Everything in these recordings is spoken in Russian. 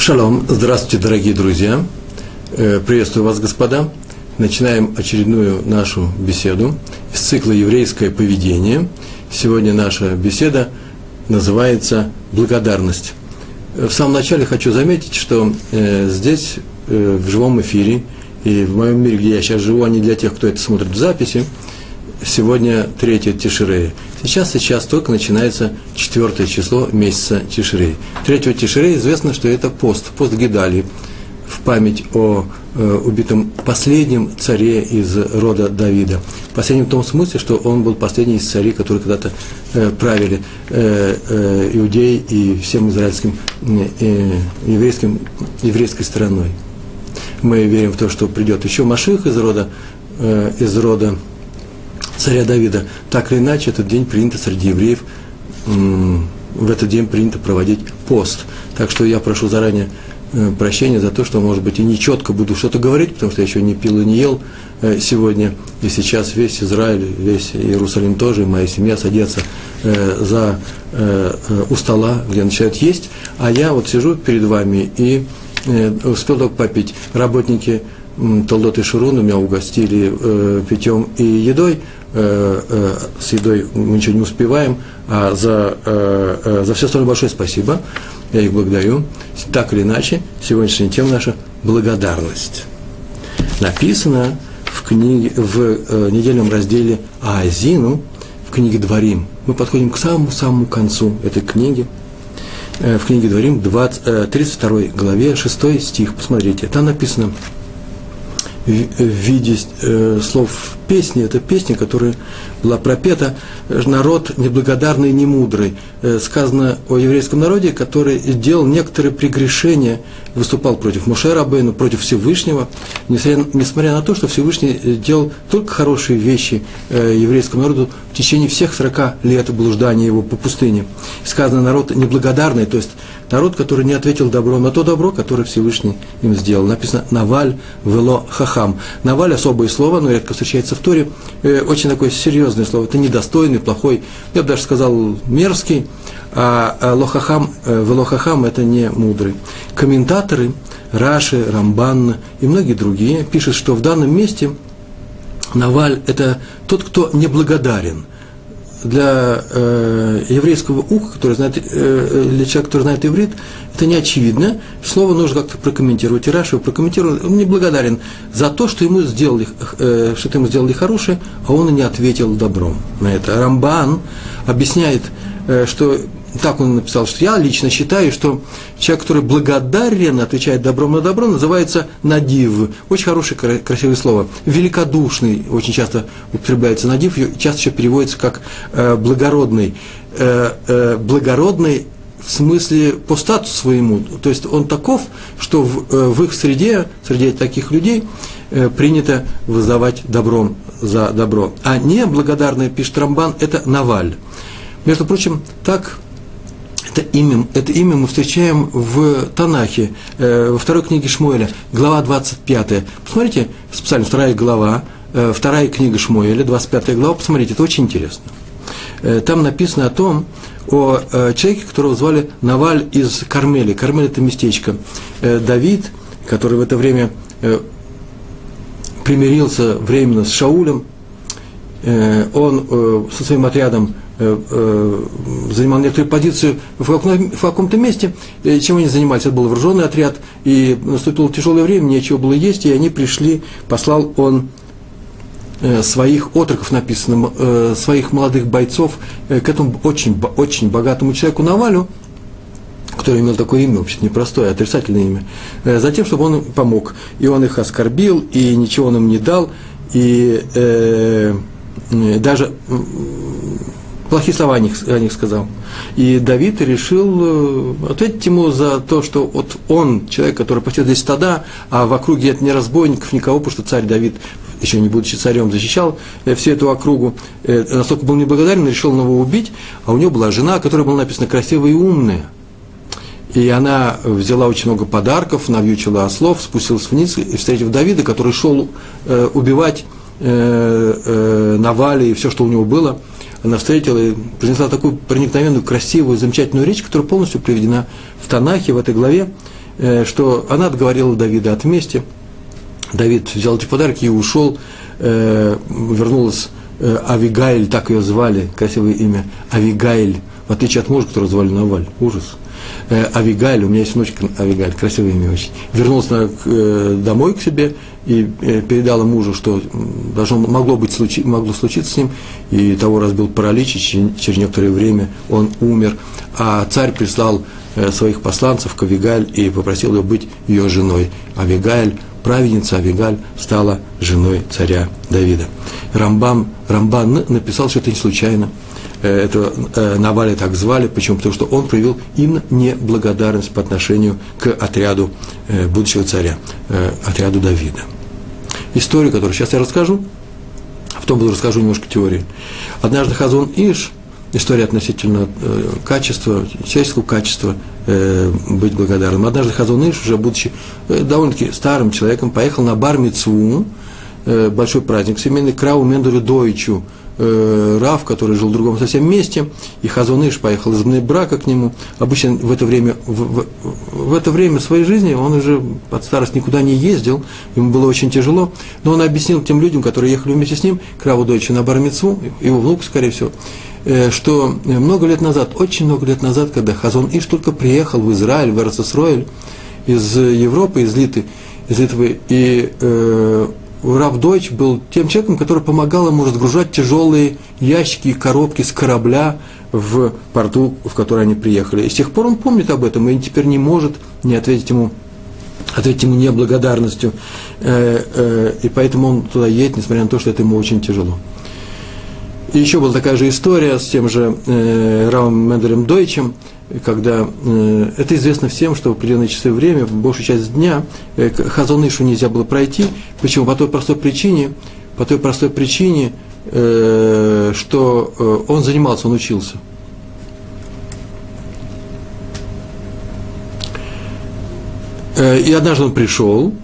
Шалом, здравствуйте, дорогие друзья, приветствую вас, господа. Начинаем очередную нашу беседу из цикла «Еврейское поведение». Сегодня наша беседа называется «Благодарность». В самом начале хочу заметить, что здесь, в живом эфире, и в моем мире, где я сейчас живу, а не для тех, кто это смотрит в записи, сегодня 3 Тишрея. Сейчас только начинается 4 число месяца Тишрей. 3 Тишрея известно, что это пост Гидалии, в память о убитом последнем царе из рода Давида. Последнем в том смысле, что он был последний из царей, которые когда-то правили Иудеей и всем израильским, еврейской страной. Мы верим в то, что придет еще Машиах из рода царя Давида. Так или иначе, этот день принято среди евреев, в этот день принято проводить пост. Так что я прошу заранее прощения за то, что, может быть, и нечетко буду что-то говорить, потому что я еще не пил и не ел сегодня, и сейчас весь Израиль, весь Иерусалим тоже, и моя семья садятся у стола, где начинают есть, а я вот сижу перед вами и успел только попить. Работники Толдот и Шурун меня угостили питьем и едой. С едой мы ничего не успеваем, а за все остальное большое спасибо. Я их благодарю. Так или иначе, сегодняшняя тема наша – благодарность. Написано в недельном разделе Аазину, в книге Дворим. Мы подходим к самому концу этой книги. В книге Дворим, 32 главе, 6 стих. Посмотрите, там написано в виде слов песни, это песня, которая была пропета: «Народ неблагодарный и немудрый». Сказано о еврейском народе, который делал некоторые прегрешения, выступал против Моше Рабейну, против Всевышнего, несмотря на то, что Всевышний делал только хорошие вещи еврейскому народу в течение всех 40 лет блуждания его по пустыне. Сказано народ неблагодарный, то есть народ, который не ответил добром на то добро, которое Всевышний им сделал. Написано «Наваль вело хахам». «Наваль» – особое слово, но редко встречается в Торе, очень такое серьезное слово. Это недостойный, плохой, я бы даже сказал, мерзкий, а лохахам, вело хахам – это не мудрый. Комментаторы Раши, Рамбан и многие другие пишут, что в данном месте Наваль – это тот, кто неблагодарен. Для еврейского уха, который знает, для человека, который знает иврит, это не очевидно. Слово нужно как-то прокомментировать. И Раши прокомментировал, он неблагодарен за то, что ему сделали хорошее, а он и не ответил добром на это. Рамбан объясняет, что так он написал, что я лично считаю, что человек, который благодарен, отвечает добром на добро, называется надив. Очень хорошее, красивое слово. Великодушный, очень часто употребляется надив, часто еще переводится как благородный. Благородный в смысле по статусу своему. То есть он таков, что в их среде, среди таких людей, принято воздавать добром за добро. А неблагодарный, пишет Рамбан, это Наваль. Между прочим, так это имя мы встречаем в Танахе, во второй книге Шмуэля, глава 25. Посмотрите, специально вторая глава, вторая книга Шмуэля, 25 глава, посмотрите, это очень интересно. Там написано о человеке, которого звали Наваль из Кармели. Кармель – это местечко. Давид, который в это время примирился временно с Шаулем, он со своим отрядом занимал некоторую позицию в каком-то месте. Чем они занимались? Это был вооруженный отряд, и наступило тяжелое время, нечего было есть, и они пришли, послал он своих отроков, написано, своих молодых бойцов к этому очень богатому человеку Навалю, который имел такое имя, вообще-то непростое, отрицательное имя, затем, чтобы он им помог. И он их оскорбил, и ничего он им не дал, и даже плохие слова о них сказал. И Давид решил ответить ему за то, что вот он, человек, который пасет здесь стада, а в округе это не разбойников, никого, потому что царь Давид, еще не будучи царем, защищал всю эту округу, настолько был неблагодарен, решил его убить, а у него была жена, которая была написана красивая и умная. И она взяла очень много подарков, навьючила ослов, спустилась вниз, и, встретив Давида, который шел убивать Навали и все, что у него было, она встретила и произнесла такую проникновенную, красивую, замечательную речь, которая полностью приведена в Танахе, в этой главе, что она отговорила Давида от мести. Давид взял эти подарки и ушел, вернулась Авигайль, так ее звали, красивое имя, Авигайль, в отличие от мужа, которого звали Наваль, ужас. Авигайль, у меня есть внучка Авигайль, красивое имя очень. Вернулась домой к себе и передала мужу, что могло случиться с ним, и того разбил паралич, и через некоторое время он умер. А царь прислал своих посланцев к Авигайль и попросил ее быть ее женой. Авигайль, праведница Авигайль, стала женой царя Давида. Рамбан написал, что это не случайно. Это Наваля так звали. Почему? Потому что он проявил именно неблагодарность по отношению к отряду будущего царя, отряду Давида. Историю, которую сейчас я расскажу, а потом расскажу немножко теории. Однажды Хазон Иш, история относительно качества, человеческого качества быть благодарным. Однажды Хазон Иш, уже будучи довольно-таки старым человеком, поехал на бар-мицву, большой праздник семейный, к Раву Менделю Дойчу, Рав, который жил в другом совсем месте, и Хазон Иш поехал из Бней-Брака к нему. Обычно в это время своей жизни он уже под старость никуда не ездил, ему было очень тяжело, но он объяснил тем людям, которые ехали вместе с ним, к Раву Дойчу на бар-мицву, его внук, скорее всего, что много лет назад, очень много лет назад, когда Хазон Иш только приехал в Израиль, в Эрец-Исроэль, из Европы, из Литвы, и Рав Дойч был тем человеком, который помогал ему разгружать тяжелые ящики и коробки с корабля в порту, в который они приехали. И с тех пор он помнит об этом, и теперь не может не ответить ему неблагодарностью. И поэтому он туда едет, несмотря на то, что это ему очень тяжело. И еще была такая же история с тем же Равом Менделем Дойчем, когда это известно всем, что в определенные часы времени, большую часть дня, Хазон Ишу нельзя было пройти. Почему? По той простой причине, что он занимался, он учился. И однажды он пришел,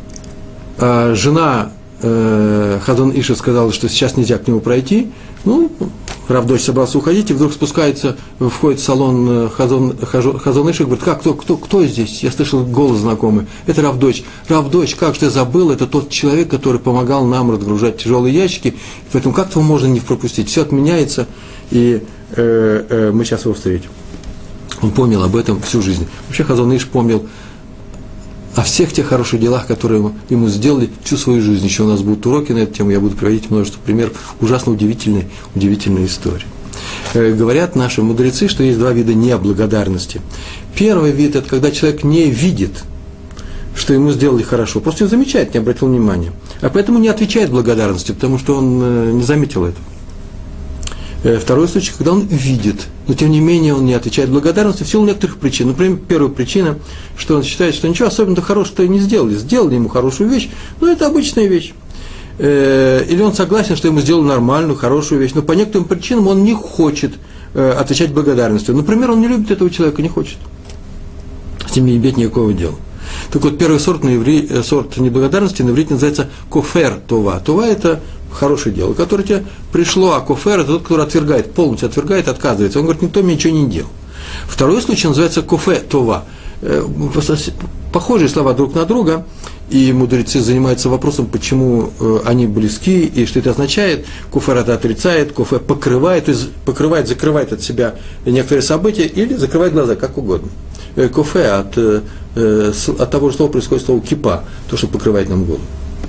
а жена Хазон Иша сказала, что сейчас нельзя к нему пройти. Рав Дойч собрался уходить, и вдруг входит в салон Хазон Иша и говорит: кто здесь? Я слышал голос знакомый. Это Рав Дойч. Рав Дойч, как же ты забыл, это тот человек, который помогал нам разгружать тяжелые ящики, поэтому как его можно не пропустить? Все отменяется, и мы сейчас его встретим. Он помнил об этом всю жизнь. Вообще Хазон Иш помнил о всех тех хороших делах, которые ему сделали всю свою жизнь. Еще у нас будут уроки на эту тему, я буду приводить множество примеров ужасно удивительной истории. Говорят наши мудрецы, что есть два вида неблагодарности. Первый вид – это когда человек не видит, что ему сделали хорошо, просто не замечает, не обратил внимания, а поэтому не отвечает благодарностью, потому что он не заметил этого. Второй случай, когда он видит, но тем не менее он не отвечает благодарностью в силу некоторых причин. Например, первая причина, что он считает, что ничего особенно хорошего не сделали. Сделали ему хорошую вещь, но это обычная вещь. Или он согласен, что ему сделали нормальную, хорошую вещь, но по некоторым причинам он не хочет отвечать благодарностью. Например, он не любит этого человека, не хочет с ним не иметь никакого дела. Так вот, первый сорт неблагодарности на иврите называется кофер това. Това – это хорошее дело, которое тебе пришло, а кофер – это тот, который отвергает, полностью отвергает, отказывается. Он говорит: никто мне ничего не делал. Второй случай называется кофе това. Похожие слова друг на друга, и мудрецы занимаются вопросом, почему они близки, и что это означает. Кофер – это отрицает, кофе покрывает, то есть покрывает, закрывает от себя некоторые события, или закрывает глаза, как угодно. Кофе от того же слова происходит слово кипа, то, что покрывает нам голову.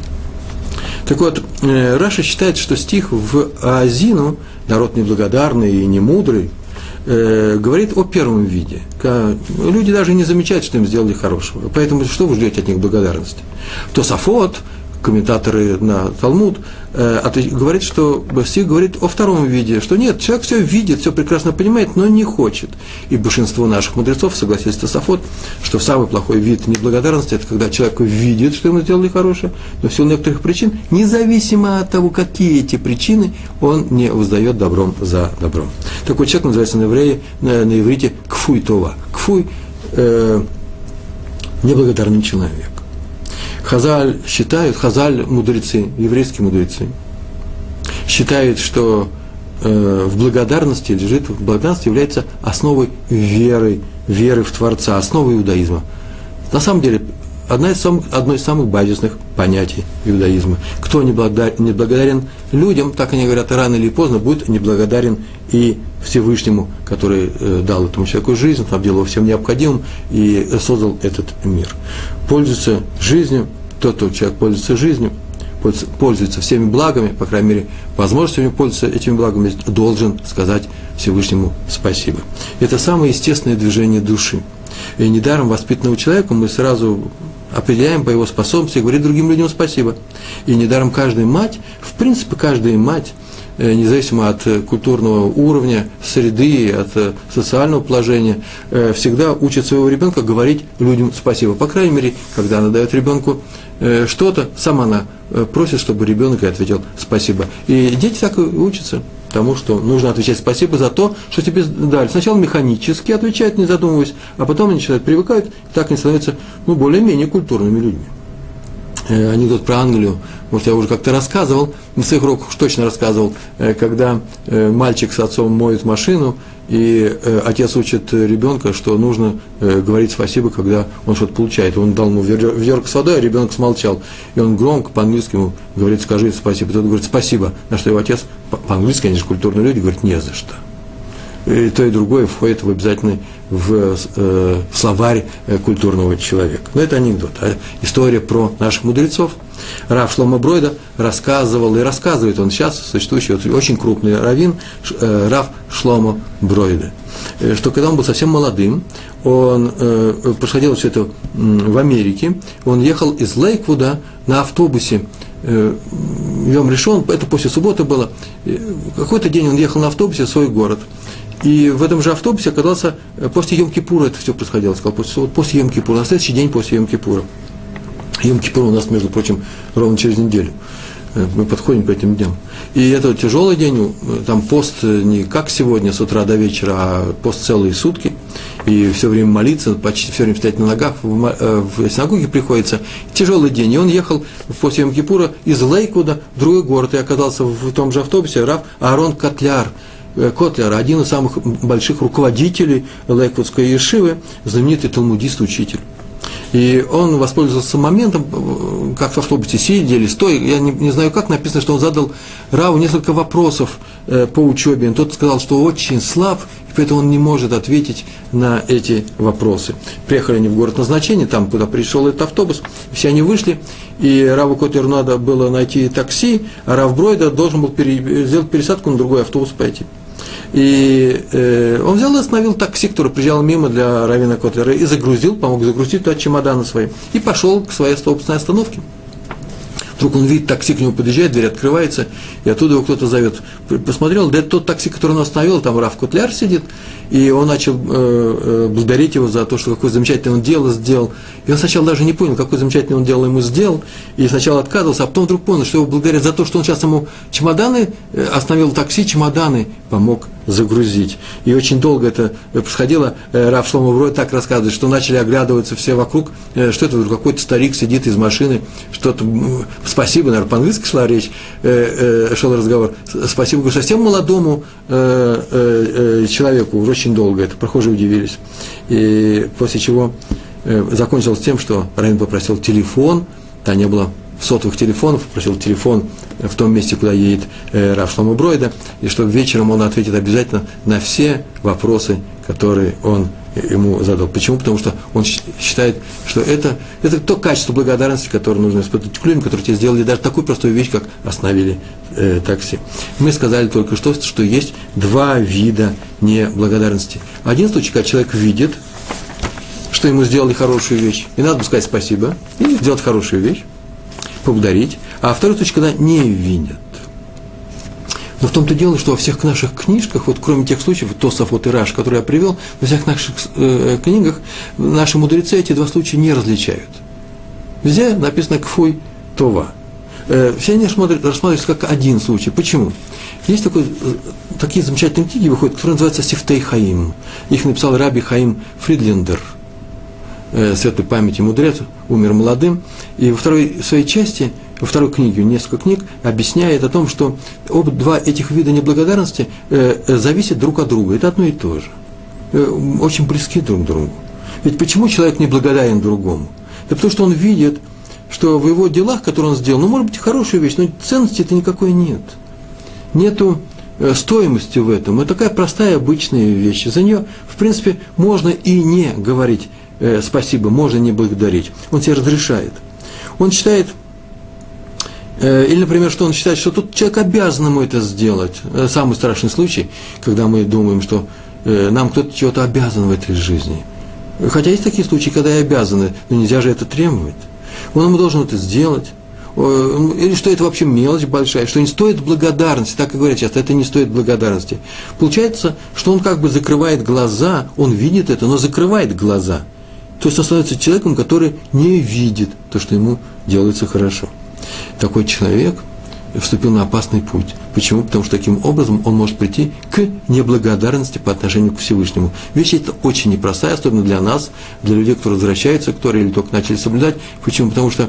Так вот, Раша считает, что стих в Аазину, народ неблагодарный и немудрый, говорит о первом виде. Люди даже не замечают, что им сделали хорошего. Поэтому что вы ждете от них благодарности? Тосафот, комментаторы на Талмуд, говорит, что стих говорит о втором виде, что нет, человек все видит, все прекрасно понимает, но не хочет. И большинство наших мудрецов согласились с Тосафот, что самый плохой вид неблагодарности – это когда человек видит, что ему сделали хорошее, но в силу некоторых причин, независимо от того, какие эти причины, он не воздает добром за добром. Такой человек называется на иврите кфуй това. Кфуй неблагодарный человек. Хазаль мудрецы, еврейские мудрецы, считают, что в благодарности является основой веры в Творца, основой иудаизма. На самом деле, одно из самых базисных понятий иудаизма. Кто не благодарен людям, так они говорят, рано или поздно будет неблагодарен и Всевышнему, который дал этому человеку жизнь, снабдил его всем необходимым и создал этот мир. Пользуется жизнью, тот, кто человек пользуется жизнью, пользуется всеми благами, по крайней мере, возможностями пользоваться этими благами, должен сказать Всевышнему спасибо. Это самое естественное движение души. И недаром воспитанного человека мы сразу определяем по его способности говорить другим людям спасибо. И недаром каждая мать, в принципе, каждая мать, независимо от культурного уровня, среды, от социального положения, всегда учит своего ребенка говорить людям спасибо. По крайней мере, когда она дает ребенку что-то, сама она просит, чтобы ребенок ей ответил спасибо. И дети так и учатся тому, что нужно отвечать спасибо за то, что тебе дали. Сначала механически отвечают, не задумываясь, а потом они начинают привыкают, так они становятся более-менее культурными людьми. Анекдот про Англию, может, я уже как-то рассказывал, на своих уроках уж точно рассказывал, когда мальчик с отцом моет машину, и отец учит ребенка, что нужно говорить спасибо, когда он что-то получает. Он дал ему ведерко с водой, а ребенок смолчал. И он громко по-английски ему говорит: скажи спасибо. И тот говорит: спасибо. На что его отец, по-английски, они же культурные люди, говорит: не за что. И то, и другое входит в обязательный в словарь культурного человека. Но это анекдот, история про наших мудрецов. Рав Шломо Бройда рассказывал, и рассказывает он сейчас, существующий очень крупный раввин, Рав Шломо Бройда, что когда он был совсем молодым, он происходило все это в Америке, он ехал из Лейквуда на автобусе, Йом Ришон, это после субботы было, какой-то день он ехал на автобусе в свой город. И в этом же автобусе оказался, после Йом-Кипура это все происходило, сказал, после Йом-Кипура, на следующий день после Йом-Кипура. Йом-Кипур у нас, между прочим, ровно через неделю. Мы подходим к этим дням. И это тяжелый день, там пост не как сегодня, с утра до вечера, а пост целые сутки. И все время молиться, почти все время стоять на ногах, в синагоге приходится. Тяжелый день. И он ехал после Йом-Кипура из Лейквуда в другой город и оказался в том же автобусе Рав Аарон Котляр, один из самых больших руководителей Лейквудской ешивы, знаменитый талмудист-учитель. И он воспользовался моментом, как в автобусе сидели, стоя, я не знаю как, написано, что он задал Раву несколько вопросов по учебе. И тот сказал, что очень слаб, и поэтому он не может ответить на эти вопросы. Приехали они в город назначения, там, куда пришел этот автобус, все они вышли, и Раву Котлеру надо было найти такси, а Рав Бройда должен был сделать пересадку на другой автобус пойти. И он взял и остановил такси, который приезжал мимо для раввина Котлера, и загрузил, помог загрузить туда чемоданы свои, и пошел к своей автобусной остановке. Вдруг он видит, такси к нему подъезжает, дверь открывается, и оттуда его кто-то зовет. Посмотрел, да это тот такси, который он остановил, там Рав Котляр сидит, и он начал благодарить его за то, что какое замечательное он дело сделал. И он сначала даже не понял, какое замечательное он дело ему сделал, и сначала отказывался, а потом вдруг понял, что его благодарят за то, что он сейчас ему чемоданы, остановил такси, чемоданы помог загрузить. И очень долго это происходило. Рав Шломо Бройда так рассказывает, что начали оглядываться все вокруг, что это какой-то старик сидит из машины, что-то, спасибо, наверное, по-английски шла речь, шел разговор, спасибо, говорю, совсем молодому человеку, уже очень долго это, прохожие удивились. И после чего закончилось тем, что раввин попросил телефон, там не было сотовых телефонов, попросил телефон в том месте, куда едет Рав Шломо Бройда, и что вечером он ответит обязательно на все вопросы, которые он ему задал. Почему? Потому что он считает, что это то качество благодарности, которое нужно испытывать к людям, которые тебе сделали даже такую простую вещь, как остановили такси. Мы сказали только что есть два вида неблагодарности. Один случай, когда человек видит, что ему сделали хорошую вещь, и надо бы сказать спасибо, и сделать хорошую вещь, поблагодарить. А второй случай, когда не видят. Но в том-то дело, что во всех наших книжках, вот кроме тех случаев, Тосафот и Раш, которые я привел, во всех наших книгах наши мудрецы эти два случая не различают. Везде написано «кфуй това». Все они рассматриваются как один случай. Почему? Есть такие замечательные книги выходят, которые называются «Сифтей Хаим». Их написал Раби Хаим Фридлендер, светлой памяти мудрец, умер молодым. И во второй своей части, во второй книге, несколько книг, объясняет о том, что два этих вида неблагодарности зависят друг от друга. Это одно и то же. Очень близки друг к другу. Ведь почему человек не благодарен другому? Да потому что он видит, что в его делах, которые он сделал, может быть, хорошая вещь, но ценности-то никакой нет. Нету стоимости в этом. Это такая простая, обычная вещь. За нее, в принципе, можно и не говорить спасибо, можно не благодарить. Он себе разрешает. Он считает, или, например, что он считает, что тут человек обязан ему это сделать. Самый страшный случай, когда мы думаем, что нам кто-то чего-то обязан в этой жизни. Хотя есть такие случаи, когда и обязаны, но нельзя же это требовать. Он ему должен это сделать. Или что это вообще мелочь большая, что не стоит благодарности, так и говорят часто, это не стоит благодарности. Получается, что он как бы закрывает глаза, он видит это, но закрывает глаза. То есть он становится человеком, который не видит то, что ему делается хорошо. Такой человек вступил на опасный путь. Почему? Потому что таким образом он может прийти к неблагодарности по отношению к Всевышнему. Вещь эта очень непростая, особенно для нас, для людей, которые возвращаются, которые или только начали соблюдать. Почему? Потому что,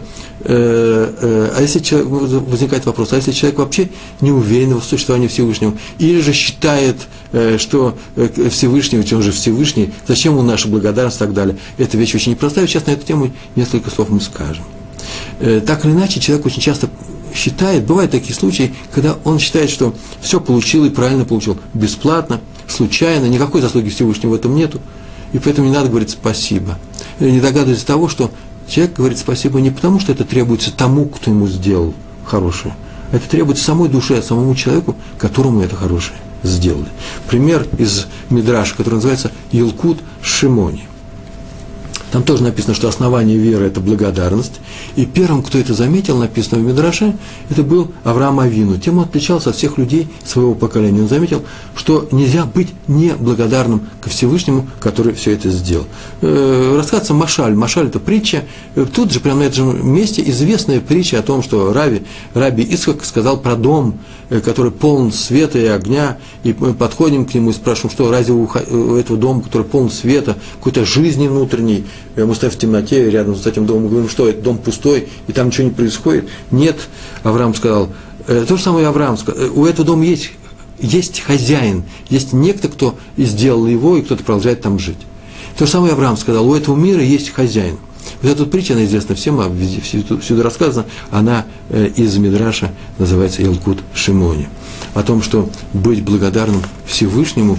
если человек, возникает вопрос, а если человек вообще не уверен в существовании Всевышнего, или же считает, что Всевышний, ведь он же Всевышний, зачем ему наша благодарность и так далее. Эта вещь очень непростая, сейчас на эту тему несколько слов мы скажем. Так или иначе, человек очень часто считает, бывают такие случаи, когда он считает, что все получил и правильно получил, бесплатно, случайно, никакой заслуги Всевышнего в этом нету, и поэтому не надо говорить спасибо. Или не догадывается того, что человек говорит спасибо не потому, что это требуется тому, кто ему сделал хорошее, а это требуется самой душе, самому человеку, которому это хорошее сделали. Пример из Мидраша, который называется Илкут Шимони. Там тоже написано, что основание веры – это благодарность. И первым, кто это заметил, написано в Мидраше, это был Авраам Авину. Тем он отличался от всех людей своего поколения. Он заметил, что нельзя быть неблагодарным ко Всевышнему, который все это сделал. Рассказывается Машаль. Машаль – это притча. Тут же, прямо на этом же месте, известная притча о том, что Раби Ицхак сказал про дом, который полон света и огня, и мы подходим к нему и спрашиваем, что разве у этого дома, который полон света, какой-то жизни внутренней, мы стоим в темноте рядом с этим домом, говорим, что этот дом пустой, и там ничего не происходит. Нет, Авраам сказал, то же самое Авраам сказал, у этого дома есть хозяин, есть некто, кто сделал его, и кто-то продолжает там жить. То же самое Авраам сказал, у этого мира есть хозяин. Вот эта притча, она известна всем, всюду рассказана, она из Мидраша называется Илкут Шимони. О том, что быть благодарным Всевышнему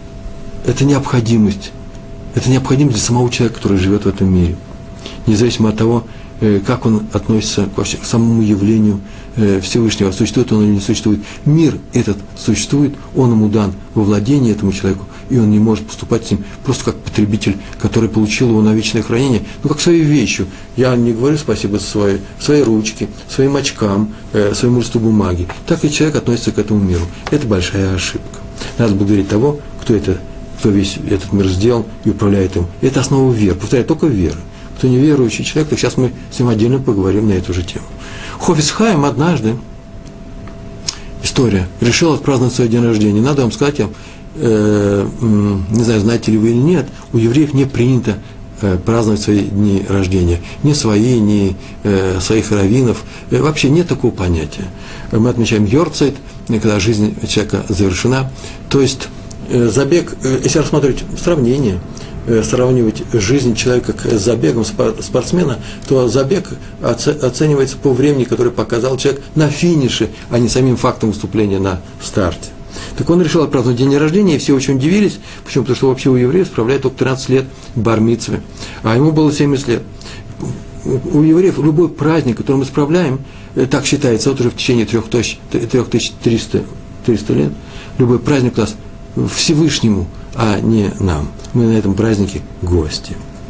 – это необходимость. Это необходимость для самого человека, который живет в этом мире. Независимо от того, как он относится к самому явлению Всевышнего, существует он или не существует. Мир этот существует, он ему дан во владение этому человеку, и он не может поступать с ним просто как потребитель, который получил его на вечное хранение, как своей вещью. Я не говорю спасибо своей ручке, своим очкам, своему листу бумаги. Так и человек относится к этому миру. Это большая ошибка. Надо благодарить того, кто весь этот мир сделал и управляет им. Это основа веры. Повторяю, только вера. Кто не верующий человек, то сейчас мы с ним отдельно поговорим на эту же тему. Хофец Хаим однажды, история, решил отпраздновать свой день рождения. Надо вам сказать, не знаю, знаете ли вы или нет, у евреев не принято праздновать свои дни рождения. Ни свои, ни своих раввинов. Вообще нет такого понятия. Мы отмечаем йорцайт, когда жизнь человека завершена. То есть забег, если рассматривать сравнение, сравнивать жизнь человека с забегом спортсмена, то забег оценивается по времени, которое показал человек на финише, а не самим фактом выступления на старте. Так он решил отпраздновать день рождения, и все очень удивились. Почему? Потому что вообще у евреев справляет только 13 лет бар-мицвы, а ему было 70 лет. У евреев любой праздник, который мы справляем, так считается, вот уже в течение 3300 лет, любой праздник у нас Всевышнему, а не нам. Мы на этом празднике гости.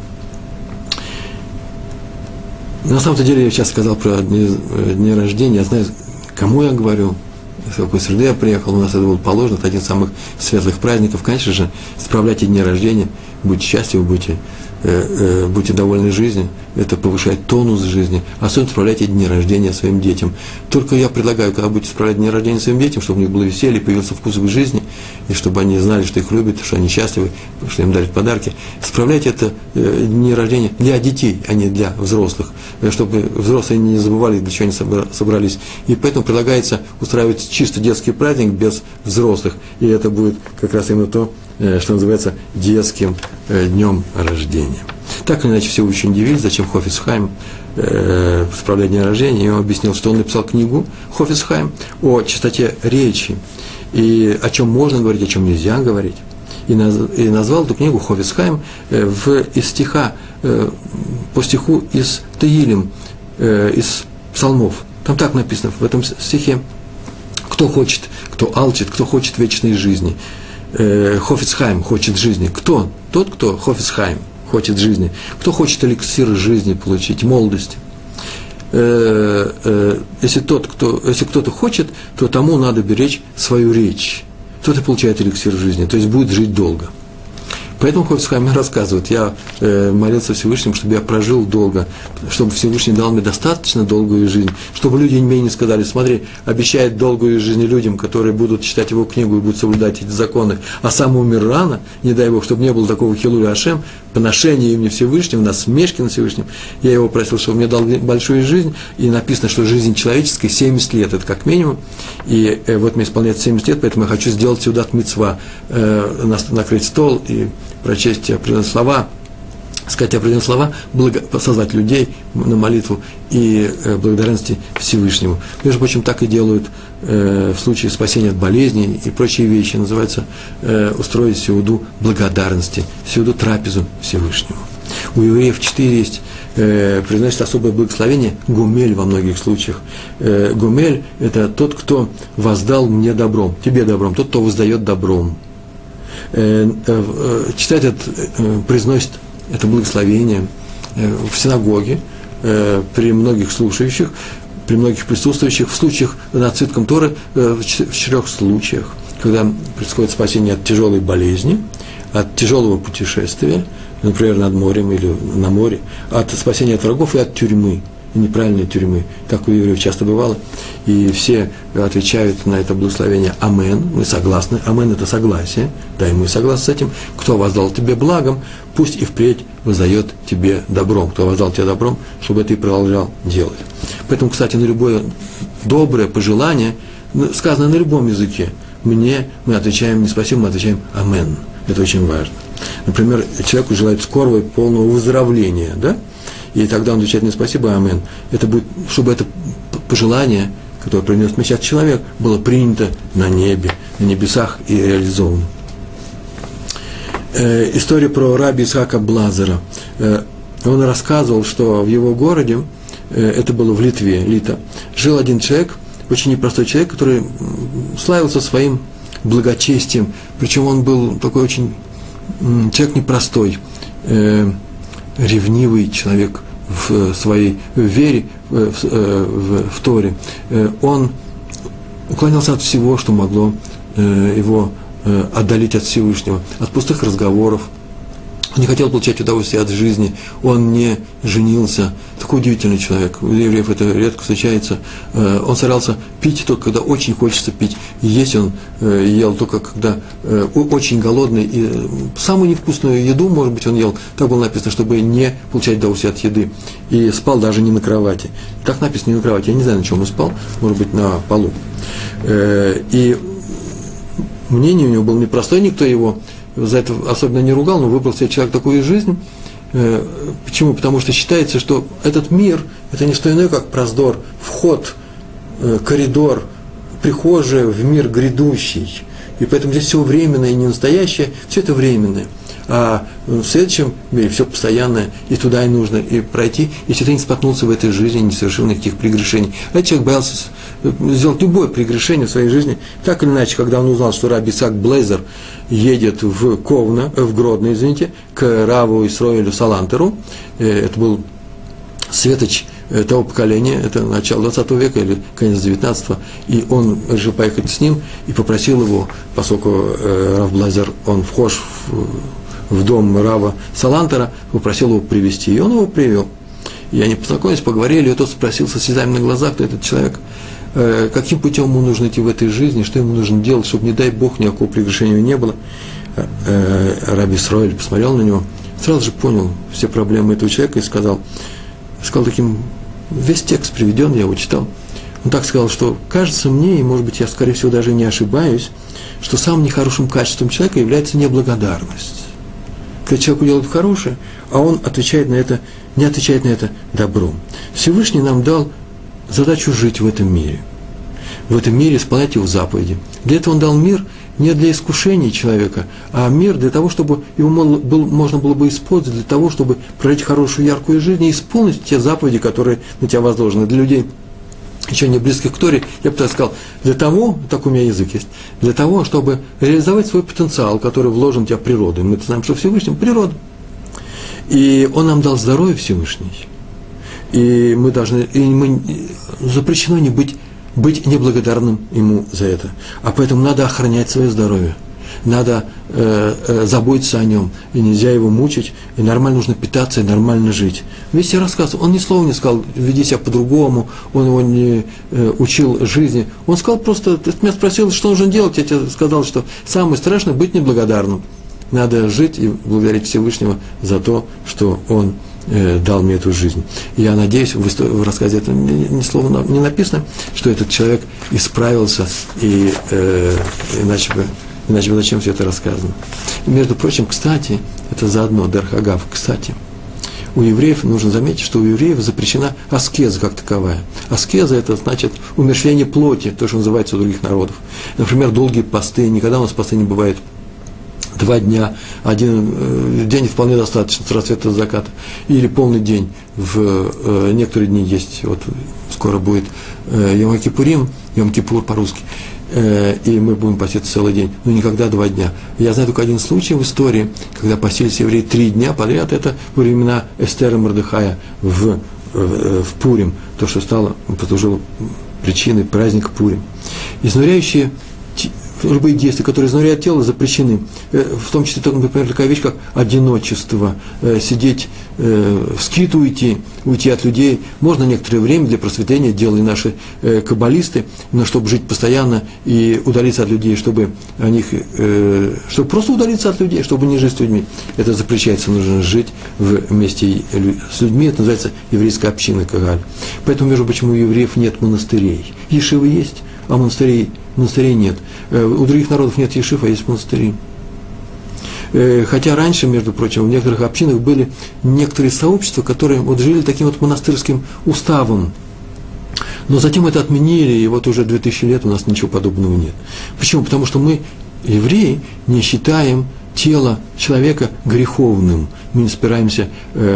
На самом-то деле я сейчас сказал про дни рождения, я знаю, кому я говорю, с какой среды я приехал, у нас это было положено, это один из самых светлых праздников. Конечно же, справляйте дни рождения, будьте счастливы, будьте довольны жизнью, это повышает тонус жизни, особенно справляйте дни рождения своим детям. Только я предлагаю, когда будете справлять дни рождения своим детям, чтобы у них было веселье, появился вкус к жизни, и чтобы они знали, что их любят, что они счастливы, что им дарят подарки. Справляйте это дни рождения для детей, а не для взрослых, чтобы взрослые не забывали, для чего они собрались. И поэтому предлагается устраивать чисто детский праздник без взрослых, и это будет как раз именно то, что называется детским днем рождения. Так или иначе, все очень удивились, зачем Хофец Хаим справлять день рождения. Я ему объяснил, что он написал книгу Хофец Хаим о чистоте речи, и о чем можно говорить, о чем нельзя говорить. И назвал эту книгу Хофец Хаим из стиха, по стиху из Теилим, из псалмов. Там так написано в этом стихе: кто хочет, кто алчит, кто хочет вечной жизни. Хофец Хаим хочет жизни. Кто? Тот, кто Хофец Хаим хочет жизни. Кто хочет эликсир жизни получить, молодости. Если кто-то хочет, то тому надо беречь свою речь. Тот и получает эликсир жизни, то есть будет жить долго. Поэтому Хофец Хаим рассказывает: я молился Всевышнему, чтобы я прожил долго, чтобы Всевышний дал мне достаточно долгую жизнь, чтобы люди мне не сказали: смотри, обещает долгую жизнь людям, которые будут читать его книгу и будут соблюдать эти законы, а сам умер рано, не дай Бог, чтобы не было такого хилуля Ашем, поношения имени Всевышнего, насмешки над Всевышним. Я его просил, чтобы мне дал большую жизнь, и написано, что жизнь человеческая 70 лет, это как минимум, и вот мне исполняется 70 лет, поэтому я хочу сделать сюда мицва, накрыть стол и прочесть определенные слова, сказать определенные слова, созвать людей на молитву и благодарности Всевышнему. Между прочим, так и делают в случае спасения от болезней и прочие вещи. Называется устроить сеуду благодарности, сеуду трапезу Всевышнему. У евреев 4 есть, произносит особое благословение, гумель во многих случаях. Гумель – это тот, кто воздал мне добром, тебе добром, тот, кто воздает добром. Читать произносит это благословение в синагоге при многих слушающих, при многих присутствующих, в случаях над цитком Торы, в 4 случаях, когда происходит спасение от тяжелой болезни, от тяжелого путешествия, например, над морем или на море, от спасения от врагов и от тюрьмы, неправильной тюрьмы, как у евреев часто бывало, и все отвечают на это благословение «Амен», мы согласны, «Амен» – это согласие, да, и мы согласны с этим, кто воздал тебе благом, пусть и впредь воздает тебе добром, кто воздал тебе добром, чтобы ты продолжал делать. Поэтому, кстати, на любое доброе пожелание, сказанное на любом языке, мы отвечаем не спасибо, мы отвечаем «Амен», это очень важно. Например, человеку желают скорого и полного выздоровления, да? И тогда он отвечает: не спасибо, амен. Это будет, чтобы это пожелание, которое принес мне сейчас человек, было принято на небе, на небесах и реализовано. История про раби Ицхака Блазера. Он рассказывал, что в его городе, это было в Литве, Лита, жил один человек, очень непростой человек, который славился своим благочестием. Причем он был такой очень человек непростой, ревнивый человек в своей вере, в Торе. Он уклонялся от всего, что могло его отдалить от Всевышнего, от пустых разговоров. Он не хотел получать удовольствие от жизни, он не женился. Такой удивительный человек. У евреев это редко встречается. Он старался пить только когда очень хочется пить. И есть он ел только когда очень голодный. И самую невкусную еду, может быть, он ел, так было написано, чтобы не получать удовольствие от еды. И спал даже не на кровати. Так написано, не на кровати. Я не знаю, на чем он спал, может быть, на полу. И мнение у него было непростое, никто его за это особенно не ругал, но выбрал себе человек такую жизнь. Почему? Потому что считается, что этот мир – это не что иное, как проздор, вход, коридор, прихожая в мир грядущий. И поэтому здесь все временное и не настоящее, все это временное. А в следующем мире все постоянное, и туда и нужно и пройти, если ты не споткнулся в этой жизни, не совершил никаких прегрешений. А этот человек боялся сделать любое прегрешение в своей жизни. Так или иначе, когда он узнал, что раби Ицхак Блейзер едет в Гродно, к раву Исроэлю Салантеру, это был светоч того поколения, это начало 20 века или конец 19-го, и он решил поехать с ним и попросил его, поскольку рав Блейзер, он вхож в дом рава Салантера, попросил его привезти, и он его привел. И они познакомились, поговорили, и тот спросил со слезами на глазах, кто этот человек, каким путем ему нужно идти в этой жизни, что ему нужно делать, чтобы, не дай Бог, никакого прегрешения не было. Раби Исроэль посмотрел на него, сразу же понял все проблемы этого человека и сказал таким, весь текст приведен, я его читал, он так сказал, что кажется мне, и, может быть, я, скорее всего, даже не ошибаюсь, что самым нехорошим качеством человека является неблагодарность. когда человеку делают хорошее, а он отвечает на это, не отвечает на это добром. Всевышний нам дал задачу жить в этом мире, исполнять его заповеди. Для этого он дал мир не для искушений человека, а мир для того, чтобы его можно было бы использовать, для того, чтобы прожить хорошую, яркую жизнь и исполнить те заповеди, которые на тебя возложены. Для людей, еще не близких к Торе, я бы так сказал, для того, так у меня язык есть, для того, чтобы реализовать свой потенциал, который вложен в тебя природой. Мы знаем, что Всевышний – природа. И он нам дал здоровье Всевышний. И мы запрещено не быть неблагодарным ему за это. А поэтому надо охранять свое здоровье. Надо заботиться о нем, и нельзя его мучить, и нормально нужно питаться, и нормально жить. Весь рассказ, он ни слова не сказал, веди себя по-другому, он его не учил жизни. Он сказал просто, ты меня спросил, что нужно делать, я тебе сказал, что самое страшное – быть неблагодарным. Надо жить и благодарить Всевышнего за то, что он дал мне эту жизнь. Я надеюсь, в рассказе это ни слова не написано, что этот человек исправился, и иначе бы зачем все это рассказано. И, между прочим, кстати, это заодно, Дерх Агав, кстати, у евреев, нужно заметить, что у евреев запрещена аскеза как таковая. Аскеза – это значит умерщвление плоти, то, что называется у других народов. Например, долгие посты, никогда у нас посты не бывает 2 дня, один день вполне достаточно с рассвета до заката, или полный день, в некоторые дни есть, вот скоро будет Йом-Кипурим, Йом-Кипур по-русски, и мы будем поститься целый день, но никогда 2 дня. Я знаю только один случай в истории, когда постились евреи 3 дня подряд, это во времена Эстера Мордехая в Пурим, то, что послужило причиной праздника Пурим. Изнуряющие любые действия, которые изнуряют тело, запрещены. В том числе, например, такая вещь, как одиночество, сидеть, в скиту уйти от людей. Можно некоторое время для просветления, делали наши каббалисты, но чтобы жить постоянно и удалиться от людей, чтобы просто удалиться от людей, чтобы не жить с людьми. Это запрещается, нужно жить вместе с людьми, это называется еврейская община Кагаль. Поэтому, между прочим, у евреев нет монастырей. Ешивы есть, а монастырей нет. У других народов нет ешив, а есть монастыри. Хотя раньше, между прочим, в некоторых общинах были некоторые сообщества, которые вот жили таким вот монастырским уставом. Но затем это отменили, и вот уже 2000 лет у нас ничего подобного нет. Почему? Потому что мы, евреи, не считаем тело человека греховным. Мы не собираемся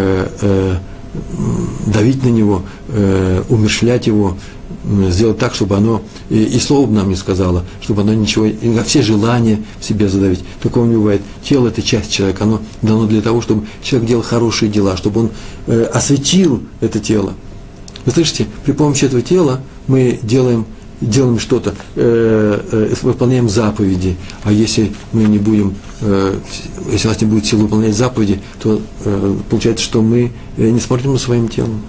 давить на него, умерщвлять его, сделать так, чтобы оно, и слово бы нам не сказало, чтобы оно ничего, все желания в себе задавить. Такого не бывает. Тело – это часть человека, оно дано для того, чтобы человек делал хорошие дела, чтобы он осветил это тело. Вы слышите, при помощи этого тела мы делаем что-то, выполняем заповеди, а если мы не будем, если у нас не будет сил выполнять заповеди, то получается, что мы не смотрим за своим телом.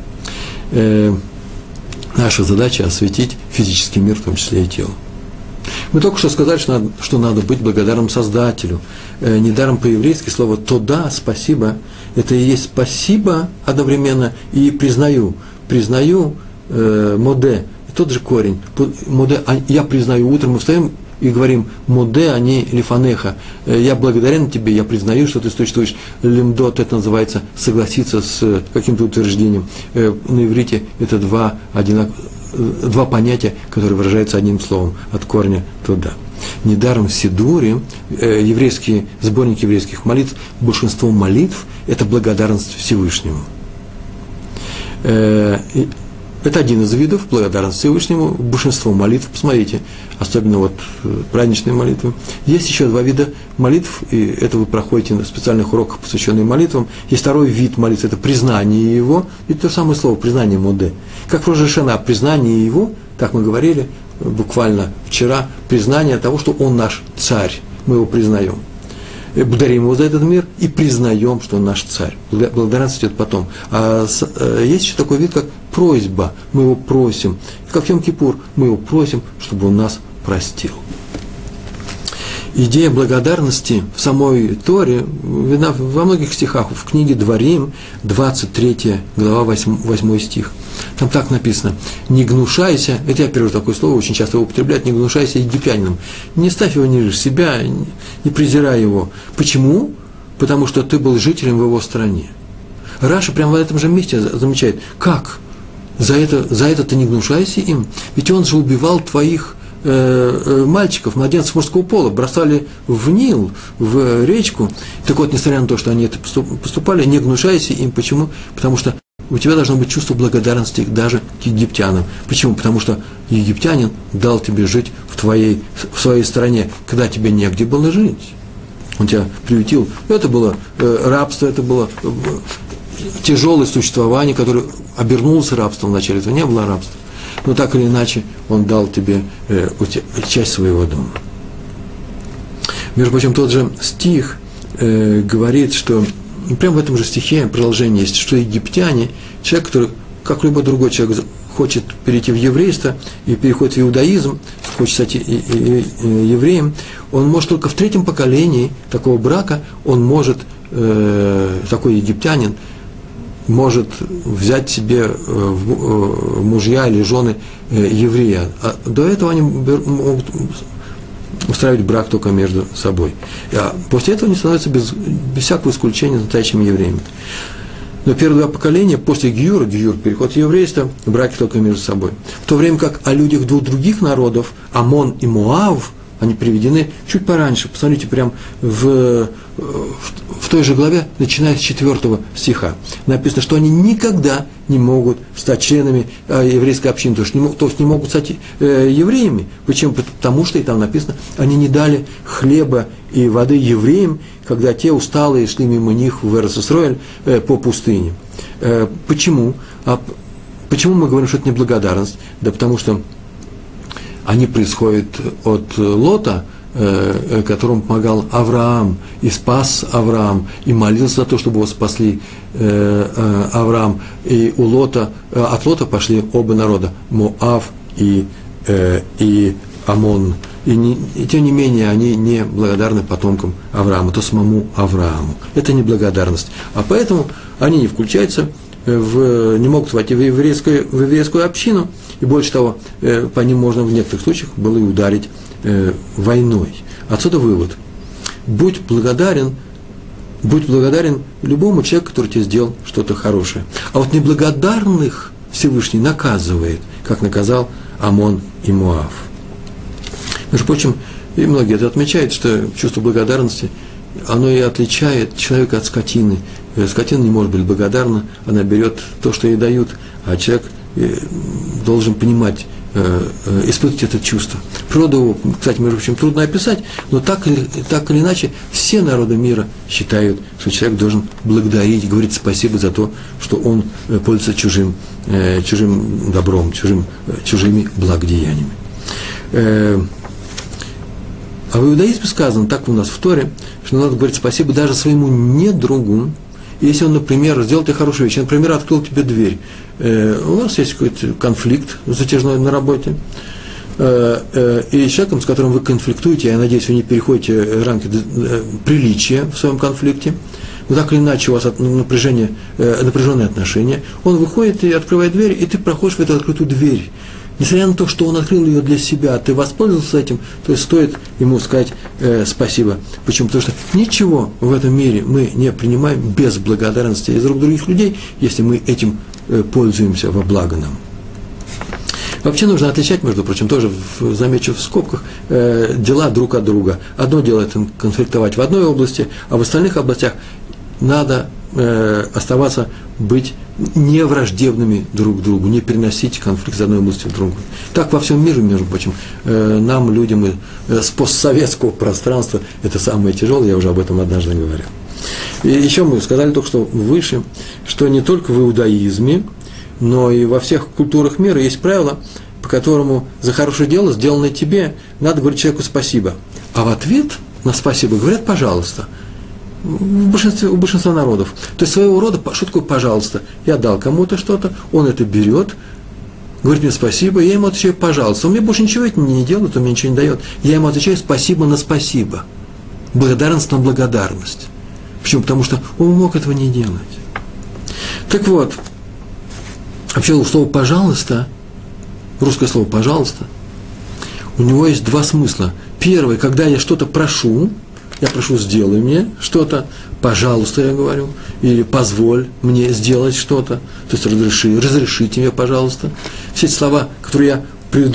Наша задача – осветить физический мир, в том числе и тело. Мы только что сказали, что надо быть благодарным Создателю. Недаром по-еврейски слово «тода», «спасибо» – это и есть «спасибо» одновременно и «признаю». «Признаю» «моде» – тот же корень. «Моде» – «я признаю». Утром мы встаем и говорим «моде», а не «лифанеха». «Я благодарен тебе, я признаю, что ты существуешь». «Лимдот» – это называется согласиться с каким-то утверждением. На иврите это два понятия, которые выражаются одним словом, от корня «туда». Недаром в Сидуре, сборники еврейских молитв, большинство молитв – это благодарность Всевышнему. Это один из видов благодарности Всевышнему. Большинство молитв, посмотрите, особенно вот праздничные молитвы. Есть еще 2 вида молитв, и это вы проходите на специальных уроках, посвященных молитвам. Есть 2-й вид молитв, это признание его, и то самое слово, признание моде. Как в Рош ха-Шана, признание его, так мы говорили буквально вчера, признание того, что он наш царь, мы его признаем. Благодарим его за этот мир и признаем, что он наш царь. Благодарность идет потом. А есть еще такой вид, как просьба. Мы его просим. Как в Йом-Кипур, мы его просим, чтобы он нас простил. Идея благодарности в самой Торе видна во многих стихах. В книге Дворим, 23 глава, 8 стих. Там так написано: «Не гнушайся», это я перевожу такое слово, очень часто его употребляют, «не гнушайся египтянином». Не ставь его ниже себя, не презирай его. Почему? потому что ты был жителем в его стране. Раша прямо в этом же месте замечает, как? За это ты не гнушайся им, ведь он же убивал твоих мальчиков, младенцев мужского пола, бросали в Нил, в речку. Так вот, несмотря на то, что они это поступали, не гнушайся им. Почему? Потому что у тебя должно быть чувство благодарности даже к египтянам. Почему? Потому что египтянин дал тебе жить в своей стране, когда тебе негде было жить. Он тебя приютил. Это было рабство, это было тяжелое существование, которое обернулось рабством вначале. Это не было рабство. Но так или иначе, он дал тебе часть своего дома. Между прочим, тот же стих говорит, что прямо в этом же стихе продолжение есть, что египтяне, человек, который, как любой другой человек, хочет перейти в еврейство и переходит в иудаизм, хочет стать евреем, он может только в третьем поколении такого брака, он может, такой египтянин, может взять себе мужья или жены еврея. А до этого они могут устраивать брак только между собой. А после этого они становятся без всякого исключения настоящими евреями. Но первые два поколения после гиюр, переход в еврейство, браки только между собой. В то время как о людях двух других народов, Амон и Моав, они приведены чуть пораньше. Посмотрите, прям в той же главе, начиная с 4 стиха. Написано, что они никогда не могут стать членами еврейской общины, то есть не могут стать евреями. Почему? Потому что, и там написано, они не дали хлеба и воды евреям, когда те усталые шли мимо них в Эрец-Исроэль по пустыне. Почему? Почему мы говорим, что это неблагодарность? Да потому что они происходят от Лота, которому помогал Авраам, и спас Авраам, и молился за то, чтобы его спасли Авраам. И от Лота пошли оба народа, Моав и Амон. И тем не менее, они не благодарны потомкам Авраама, то самому Аврааму. Это неблагодарность. А поэтому они не включаются, не могут войти в еврейскую общину, и больше того, по ним можно в некоторых случаях было и ударить войной. Отсюда вывод. Будь благодарен любому человеку, который тебе сделал что-то хорошее. А вот неблагодарных Всевышний наказывает, как наказал Амон и Моав. Между прочим, и многие это отмечают, что чувство благодарности, оно и отличает человека от скотины. Скотина не может быть благодарна, она берет то, что ей дают, а человек должен понимать, испытывать это чувство. Природу его, кстати, между прочим, трудно описать, но так или иначе все народы мира считают, что человек должен благодарить, говорить спасибо за то, что он пользуется чужим добром, чужими благодеяниями. А в иудаизме сказано, так у нас в Торе, что надо говорить спасибо даже своему недругу, если он, например, сделал тебе хорошую вещь, например, открыл тебе дверь, у вас есть какой-то конфликт затяжной на работе, и человеком, с которым вы конфликтуете, я надеюсь, вы не переходите рамки приличия в своем конфликте, но так или иначе у вас напряженные отношения, он выходит и открывает дверь, и ты проходишь в эту открытую дверь. Несмотря на то, что он открыл ее для себя, ты воспользовался этим, то есть стоит ему сказать спасибо. Почему? Потому что ничего в этом мире мы не принимаем без благодарности из рук других людей, если мы этим пользуемся во благо нам. Вообще нужно отличать, между прочим, тоже замечу в скобках, дела друг от друга. Одно дело это конфликтовать в одной области, а в остальных областях надо оставаться, быть не враждебными друг к другу, не переносить конфликт из одной области в другую. Так во всем мире, между прочим, нам, людям с постсоветского пространства, это самое тяжелое, я уже об этом однажды говорил. И еще мы сказали только что выше, что не только в иудаизме, но и во всех культурах мира есть правило, по которому за хорошее дело, сделанное тебе, надо говорить человеку спасибо. А в ответ на спасибо говорят «пожалуйста». У большинства народов. То есть своего рода шутку «пожалуйста». Я дал кому-то что-то, он это берет, говорит мне спасибо, я ему отвечаю «пожалуйста». Он мне больше ничего не делает, он мне ничего не дает. Я ему отвечаю спасибо на спасибо. Благодарность на благодарность. Почему? Потому что он мог этого не делать. Так вот, вообще слово «пожалуйста», русское слово «пожалуйста», у него есть два смысла. Первый, когда я что-то прошу, я прошу, сделай мне что-то, пожалуйста, я говорю, или позволь мне сделать что-то, то есть разрешите мне, пожалуйста. Все эти слова, которые я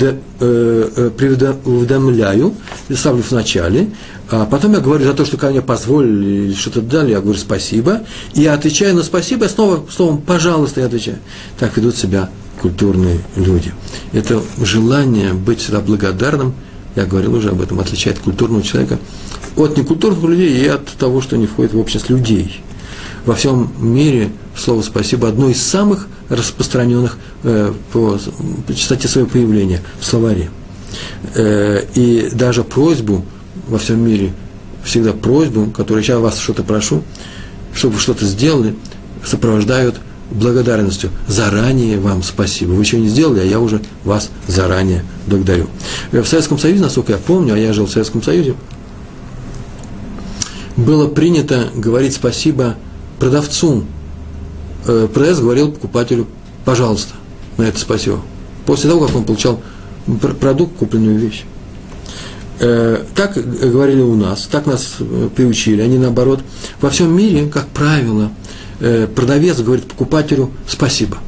уведомляю, ставлю в начале, а потом я говорю за то, что ко мне позволили или что-то дали, я говорю спасибо, и я отвечаю на спасибо, я снова словом «пожалуйста» я отвечаю. Так ведут себя культурные люди. Это желание быть всегда благодарным, я говорил уже об этом, отличает культурного человека от некультурных людей и от того, что не входит в общность людей. Во всем мире слово «спасибо» одно из самых распространенных по частоте своего появления в словаре. И даже просьбу во всем мире, всегда просьбу, которую я вас что-то прошу, чтобы вы что-то сделали, сопровождают благодарностью. Заранее вам спасибо. Вы еще не сделали, а я уже вас заранее благодарю. В Советском Союзе, насколько я помню, а я жил в Советском Союзе, было принято говорить спасибо продавцу. Продавец говорил покупателю «пожалуйста» на это спасибо. После того, как он получал продукт, купленную вещь. Так говорили у нас, так нас приучили, они наоборот. Во всем мире, как правило, продавец говорит покупателю «спасибо»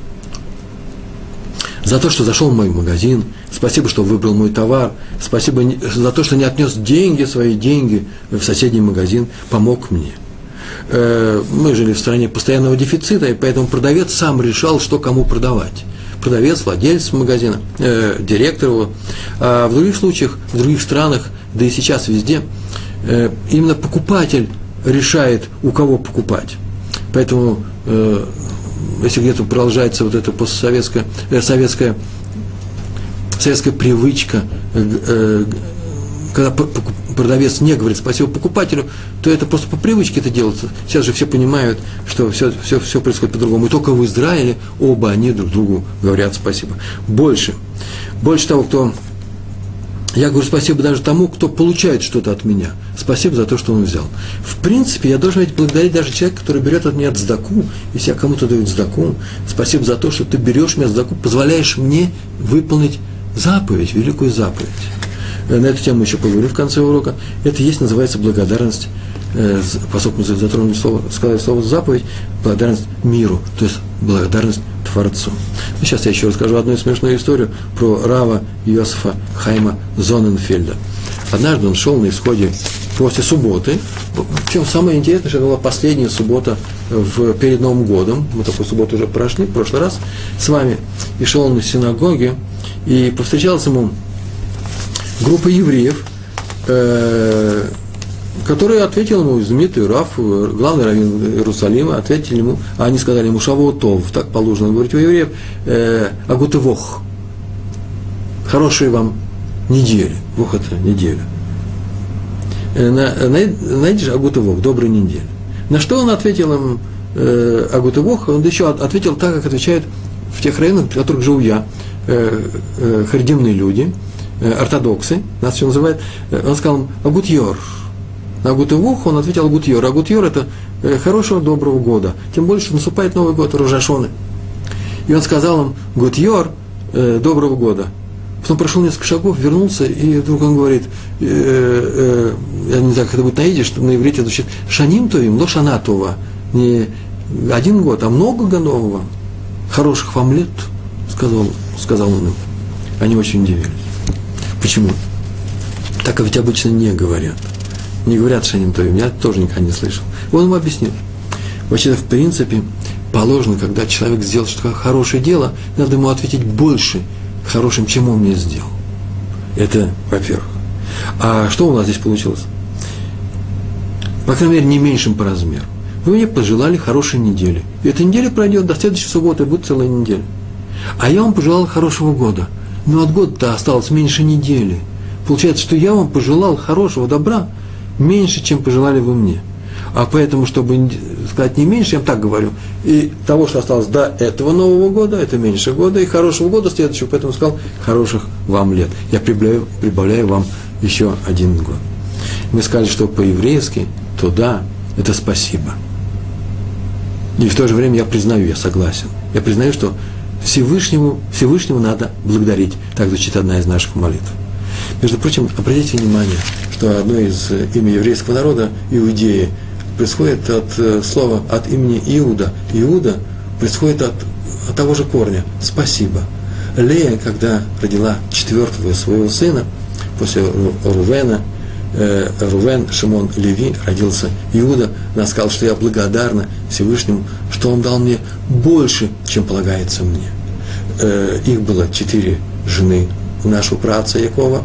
за то, что зашел в мой магазин, спасибо, что выбрал мой товар, спасибо за то, что не отнес свои деньги в соседний магазин, помог мне. Мы жили в стране постоянного дефицита, и поэтому продавец сам решал, что кому продавать. Продавец, владелец магазина, директор его. А в других случаях, в других странах, да и сейчас везде, именно покупатель решает, у кого покупать. Поэтому, если где-то продолжается вот эта постсоветская, советская привычка, когда продавец не говорит спасибо покупателю, то это просто по привычке это делается. Сейчас же все понимают, что все происходит по-другому. И только в Израиле оба они друг другу говорят спасибо. Больше того, кто... Я говорю спасибо даже тому, кто получает что-то от меня. Спасибо за то, что он взял. В принципе, я должен ведь благодарить даже человека, который берет от меня цдаку. Если я кому-то даю цдаку, спасибо за то, что ты берешь меня цдаку, позволяешь мне выполнить заповедь, великую заповедь. На эту тему еще поговорю в конце урока. Это есть, называется благодарность, поскольку мы затронули сказали слово заповедь, благодарность миру, то есть благодарность Творцу. Сейчас я еще расскажу одну смешную историю про рава Йосефа Хайма Зоненфельда. Однажды он шел на исходе после субботы, причем самое интересное, что это была последняя суббота перед Новым годом, мы такую субботу уже прошли в прошлый раз с вами, и шел он из синагоги, и повстречалась ему группа евреев, которые ответили ему, знаменитый рав, главный раввин Иерусалима, ответили ему, а они сказали ему «Шавуотов», так положено говорить у евреев, «Агутывох», хорошей вам недели, вох это неделя. Найдешь Агутывох, доброй недели. На что он ответил им Агутывох, он еще ответил так, как отвечают в тех районах, в которых живу я, харидимные люди, ортодоксы, нас все называют, он сказал им «Агутьор». На Агутывох он ответил «Агутьор». Агутьор – это хорошего, доброго года. Тем более, что наступает Новый год, Рош ха-Шана. И он сказал им «Гутьор, доброго года». Потом прошел несколько шагов, вернулся, и вдруг он говорит, я не знаю, как это будет на идиш, на иврите звучит «Шаним товим, ло шана това». Не один год, а много годов вам. Хороших вам лет, сказал он им. Они очень удивились. Почему? Так ведь обычно не говорят. Не говорят «Шаним товим», я тоже никогда не слышал. Он ему объяснил. Вообще-то, в принципе, положено, когда человек сделал что-то хорошее дело, надо ему ответить больше хорошим, чем он мне сделал. Это, во-первых. А что у нас здесь получилось? По крайней мере, не меньшим по размеру. Вы мне пожелали хорошей недели. И эта неделя пройдет до следующей субботы, будет целая неделя. А я вам пожелал хорошего года. Но от года-то осталось меньше недели. Получается, что я вам пожелал хорошего добра меньше, чем пожелали вы мне. А поэтому, чтобы сказать не меньше, я вам так говорю, и того, что осталось до этого Нового года, это меньше года, и хорошего года следующего, поэтому сказал хороших вам лет. Я прибавляю вам еще один год. Мы сказали, что по-еврейски, то да, это спасибо. И в то же время я признаю, я согласен. Я признаю, что Всевышнему надо благодарить. Так звучит одна из наших молитв. Между прочим, обратите внимание, что одно из имен еврейского народа, Иудеи, происходит от слова, от имени Иуда. Иуда происходит от того же корня «спасибо». Лея, когда родила четвертого своего сына, после Рувена, Рувен, Шимон, Леви, родился Иуда, она сказала, что я благодарна Всевышнему, что он дал мне больше, чем полагается мне. Их было 4 жены у нашего праотца Якова,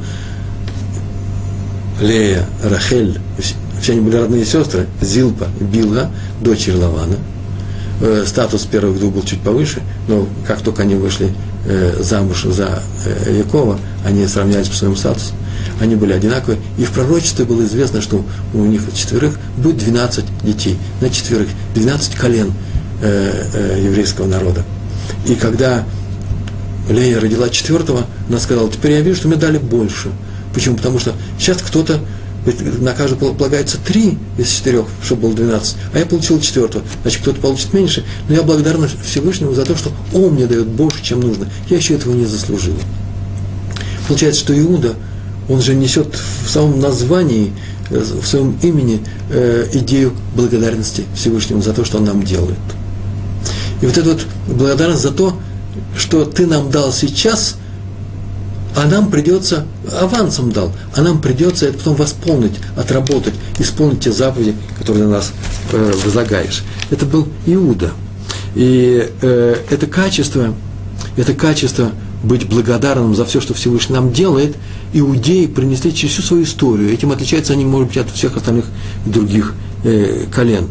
Лея, Рахель, все они были родные сестры, Зилпа, Билга, дочери Лавана. Статус первых двух был чуть повыше, но как только они вышли замуж за Якова, они сравнялись по своему статусу, они были одинаковые, и в пророчестве было известно, что у них 4 будет 12 детей, на 4, 12 колен еврейского народа. И когда Лея родила 4-го, она сказала, теперь я вижу, что мне дали больше. Почему? Потому что сейчас кто-то, на каждого полагается 3 из 4, чтобы было 12, а я получил 4-го, значит, кто-то получит меньше, но я благодарна Всевышнему за то, что он мне дает больше, чем нужно. Я еще этого не заслужил. Получается, что Иуда, он же несет в самом названии, в своем имени идею благодарности Всевышнему за то, что он нам делает. И вот эта вот благодарность за то, что ты нам дал сейчас, а нам придется, авансом дал, а нам придется это потом восполнить, отработать, исполнить те заповеди, которые на нас возлагаешь. Это был Иуда. И это качество быть благодарным за все, что Всевышний нам делает, иудеи принесли через всю свою историю. Этим отличаются они, может быть, от всех остальных других колен.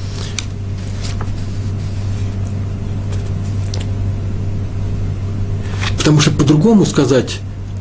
Потому что по-другому сказать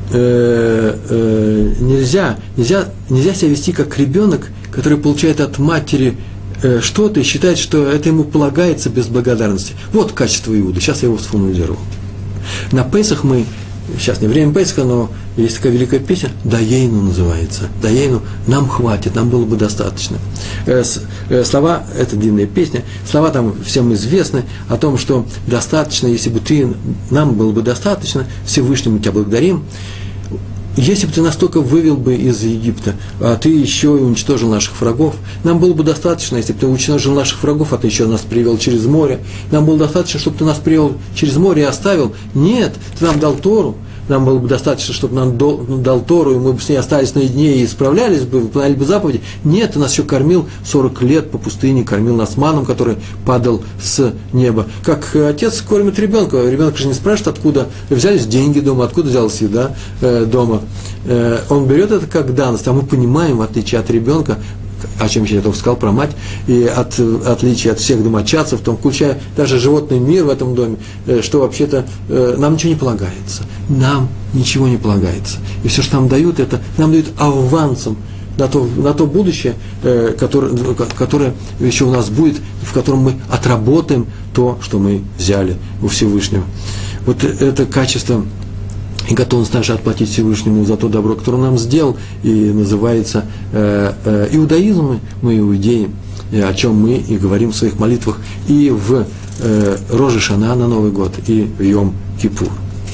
нельзя себя вести как ребенок, который получает от матери что-то и считает, что это ему полагается без благодарности. Вот качество Иуды. Сейчас я его сформулирую. На Песах мы, сейчас не время Песаха, но есть такая великая песня, «Даейну» называется. «Даейну» нам хватит, нам было бы достаточно. Слова, это длинная песня, слова там всем известны о том, что достаточно, если бы ты, нам было бы достаточно, Всевышнему тебя благодарим. Если бы ты настолько вывел бы из Египта, а ты еще и уничтожил наших врагов, нам было бы достаточно, если бы ты уничтожил наших врагов, а ты еще нас привел через море, нам было достаточно, чтобы ты нас привел через море и оставил. Нет, ты нам дал Тору, нам было бы достаточно, чтобы нам дал Тору, и мы бы с ней остались наедине и справлялись бы, выполняли бы заповеди. Нет, ты нас еще кормил 40 лет по пустыне, кормил нас маном, который падал с неба. Как отец кормит ребенка. Ребенок же не спрашивает, откуда взялись деньги дома, откуда взялась еда дома. Он берет это как данность, а мы понимаем, в отличие от ребенка, о чем я только сказал про мать, и отличие от всех домочадцев, в том, включая даже животный мир в этом доме, что вообще-то нам ничего не полагается. Нам ничего не полагается. И все, что нам дают, это нам дают авансом на то будущее, которое еще у нас будет, в котором мы отработаем то, что мы взяли у Всевышнего. Вот это качество и готовность наша отплатить Всевышнему за то добро, которое он нам сделал, и называется иудаизм, мы иудеи, о чем мы и говорим в своих молитвах и в Рош ха-Шана на Новый год, и в Йом-Кипур.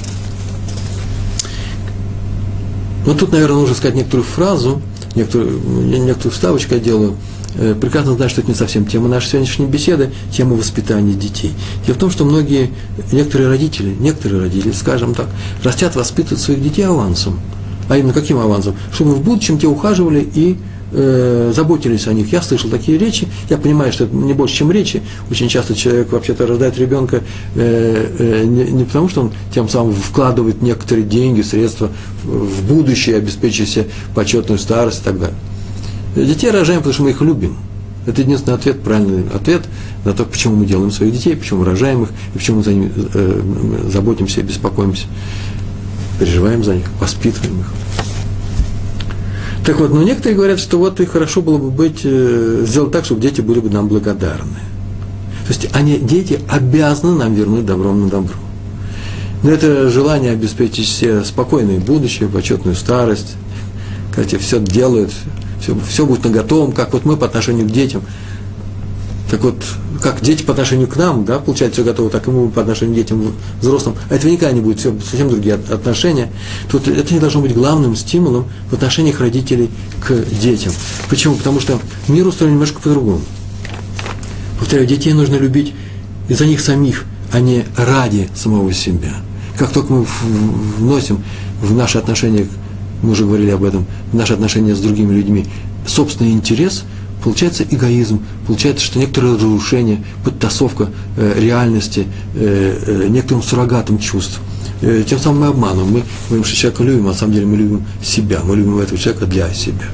Но тут, наверное, нужно сказать некоторую фразу, некоторую вставочку я делаю. Прекрасно знаю, что это не совсем тема нашей сегодняшней беседы, тема воспитания детей. Дело в том, что некоторые родители, скажем так, растят, воспитывают своих детей авансом. А именно каким авансом? Чтобы в будущем те ухаживали и заботились о них. Я слышал такие речи, я понимаю, что это не больше, чем речи. Очень часто человек вообще-то рождает ребенка не потому, что он тем самым вкладывает некоторые деньги, средства в будущее, обеспечивая себе почетную старость и так далее. Детей рожаем, потому что мы их любим. Это единственный ответ, правильный ответ на то, почему мы делаем своих детей, почему мы рожаем их, и почему мы за ними заботимся и беспокоимся, переживаем за них, воспитываем их. Так вот, но некоторые говорят, что вот и хорошо было бы сделать так, чтобы дети были бы нам благодарны. То есть дети обязаны нам вернуть добром на добро. Но это желание обеспечить себе спокойное будущее, почетную старость, когда тебе все делают, все будет наготовом, как вот мы по отношению к детям. Так вот, как дети по отношению к нам, да, получают все готово, так и мы по отношению к детям взрослым. А это никогда не будет, все совсем другие отношения. Тут это не должно быть главным стимулом в отношениях родителей к детям. Почему? Потому что мир устроен немножко по-другому. Повторяю, детей нужно любить из-за них самих, а не ради самого себя. Как только мы вносим в наши отношения, мы уже говорили об этом, в наши отношения с другими людьми, собственный интерес, получается эгоизм, получается, что некоторое разрушение, подтасовка реальности некоторым суррогатом чувств. Тем самым мы обманываем. Мы говорим, что человека любим, а на самом деле мы любим себя, мы любим этого человека для себя.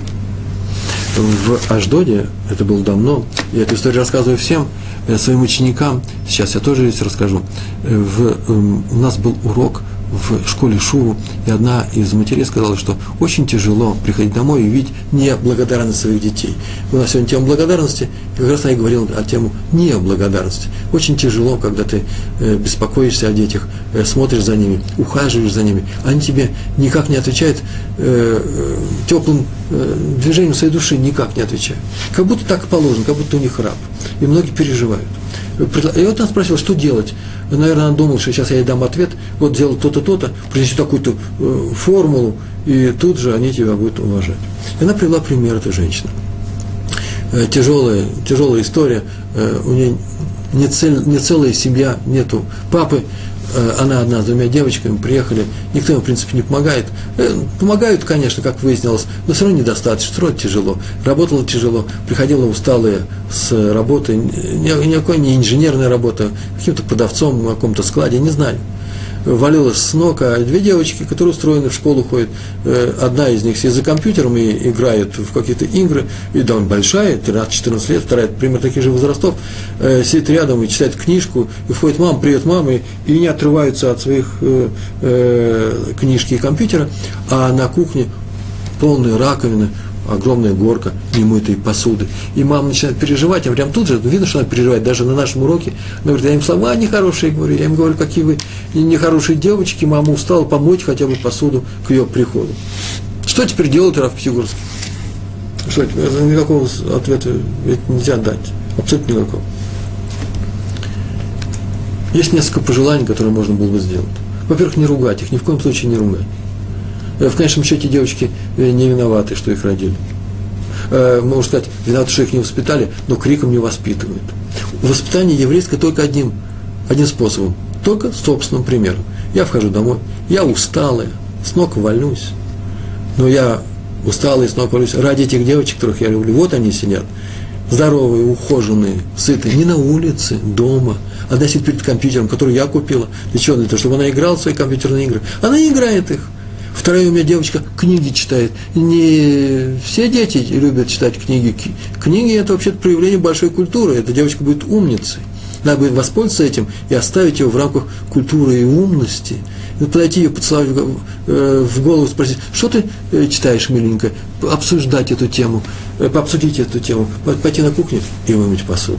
В Ашдоде, это было давно, я эту историю рассказываю всем своим ученикам, сейчас я тоже здесь расскажу. У нас был урок в школе Шуву, и одна из матерей сказала, что очень тяжело приходить домой и видеть неблагодарность своих детей. У нас сегодня тема благодарности, и как раз я говорил о тему неблагодарности. Очень тяжело, когда ты беспокоишься о детях, смотришь за ними, ухаживаешь за ними, они тебе никак не отвечают теплым движением своей души, никак не отвечают. Как будто так и положено, как будто у них раб. И многие переживают. И вот он спросил, что делать. Наверное, он думал, что сейчас я ей дам ответ, вот делай то-то, то-то, принеси такую-то формулу, и тут же они тебя будут уважать. И она привела пример этой женщины. Тяжелая история, у нее не целая семья, нету папы, она одна с двумя девочками, приехали, никто им, в принципе, не помогает. Помогают, конечно, как выяснилось, но все равно недостаточно, все равно тяжело. Работала тяжело, приходила усталая с работы, никакой не инженерная работа, каким-то продавцом на каком-то складе, не знаю. Валилась с ног, а две девочки, которые устроены в школу ходят, одна из них сидит за компьютером и играет в какие-то игры, и довольно большая, 13-14 лет, вторая, примерно таких же возрастов, сидит рядом и читает книжку, и входит мама, привет, мама, и не отрываются от своих книжки и компьютера, а на кухне полные раковины, огромная горка немытой посуды. И мама начинает переживать, а прям тут же, видно, что она переживает, даже на нашем уроке. Она говорит, я им слова нехорошие говорю, я им говорю, какие вы нехорошие девочки, мама устала, помочь хотя бы посуду к ее приходу. Что теперь делает Рав Пятигорский? Что теперь? Никакого ответа ведь нельзя дать, абсолютно никакого. Есть несколько пожеланий, которые можно было бы сделать. Во-первых, не ругать их, ни в коем случае не ругать. В конечном счете девочки не виноваты, что их родили. Можно сказать, виноваты, что их не воспитали, но криком не воспитывают. Воспитание еврейское только одним способом, только собственным примером. Я вхожу домой, я усталая, с ног валюсь, но я усталая, с ног валюсь ради этих девочек, которых я люблю. Вот они сидят, здоровые, ухоженные, сытые, не на улице, дома. Одна сидит перед компьютером, который я купила. Для чего? Для того, чтобы она играла в свои компьютерные игры. Она не играет их. Вторая у меня девочка книги читает. Не все дети любят читать книги. Книги – это вообще-то проявление большой культуры. Эта девочка будет умницей. Надо будет воспользоваться этим и оставить ее в рамках культуры и умности. И подойти ее, поцеловать в голову, спросить, что ты читаешь, миленькая, обсуждать эту тему, обсудить эту тему, пойти на кухню и вымыть посуду.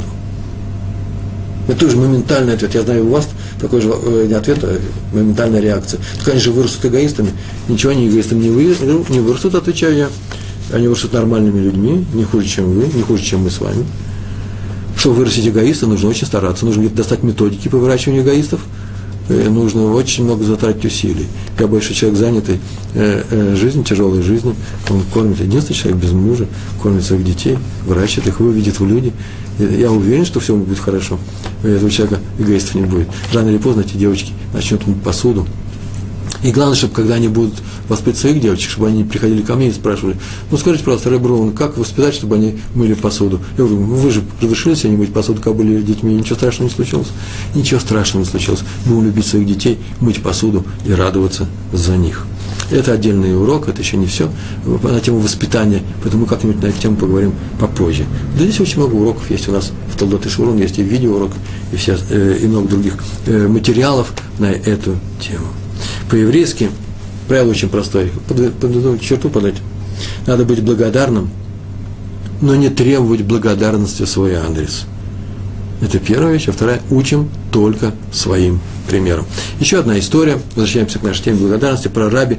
Это тоже моментальный ответ. Я знаю, у вас такой же не ответ, а моментальная реакция. Только они же вырастут эгоистами. Ничего они эгоистами не вырастут, отвечаю я. Они вырастут нормальными людьми, не хуже, чем вы, не хуже, чем мы с вами. Чтобы вырастить эгоиста, нужно очень стараться. Нужно где-то достать методики по выращиванию эгоистов. Нужно очень много затратить усилий. Я больше человек занятый жизнью, тяжелой жизнью. Он кормит единственный человек без мужа, кормит своих детей, выращивает их, выведет в люди. Я уверен, что все будет хорошо. У этого человека эгоистов не будет. Рано или поздно эти девочки начнут мыть посуду. И главное, чтобы когда они будут воспитывать своих девочек, чтобы они приходили ко мне и спрашивали, ну скажите, пожалуйста, Ребе Ровен, как воспитать, чтобы они мыли посуду? Я говорю, вы же разрешили себе не мыть посуду, когда были детьми, и ничего страшного не случилось. Ничего страшного не случилось. Будем любить своих детей, мыть посуду и радоваться за них. Это отдельный урок, это еще не все, на тему воспитания, поэтому мы как-нибудь на эту тему поговорим попозже. Да здесь очень много уроков есть у нас в Толдот Шурун, есть и видеоурок, и много других материалов на эту тему. По-еврейски правило очень простое, под черту подать. Надо быть благодарным, но не требовать благодарности в свой адрес. Это первая вещь. А вторая – учим только своим примером. Еще одна история, возвращаемся к нашей теме благодарности, про раби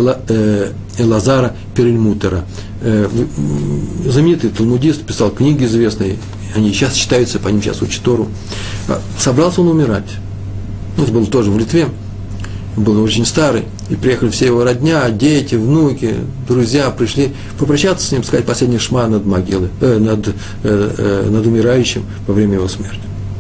Элазара Перельмутера. Знаменитый талмудист, писал книги известные, они сейчас читаются, по ним сейчас учат Тору. Собрался он умирать. Это было тоже в Литве. Был очень старый, и приехали все его родня, дети, внуки, друзья, пришли попрощаться с ним, сказать последний шма над могилой, над умирающим во время его смерти.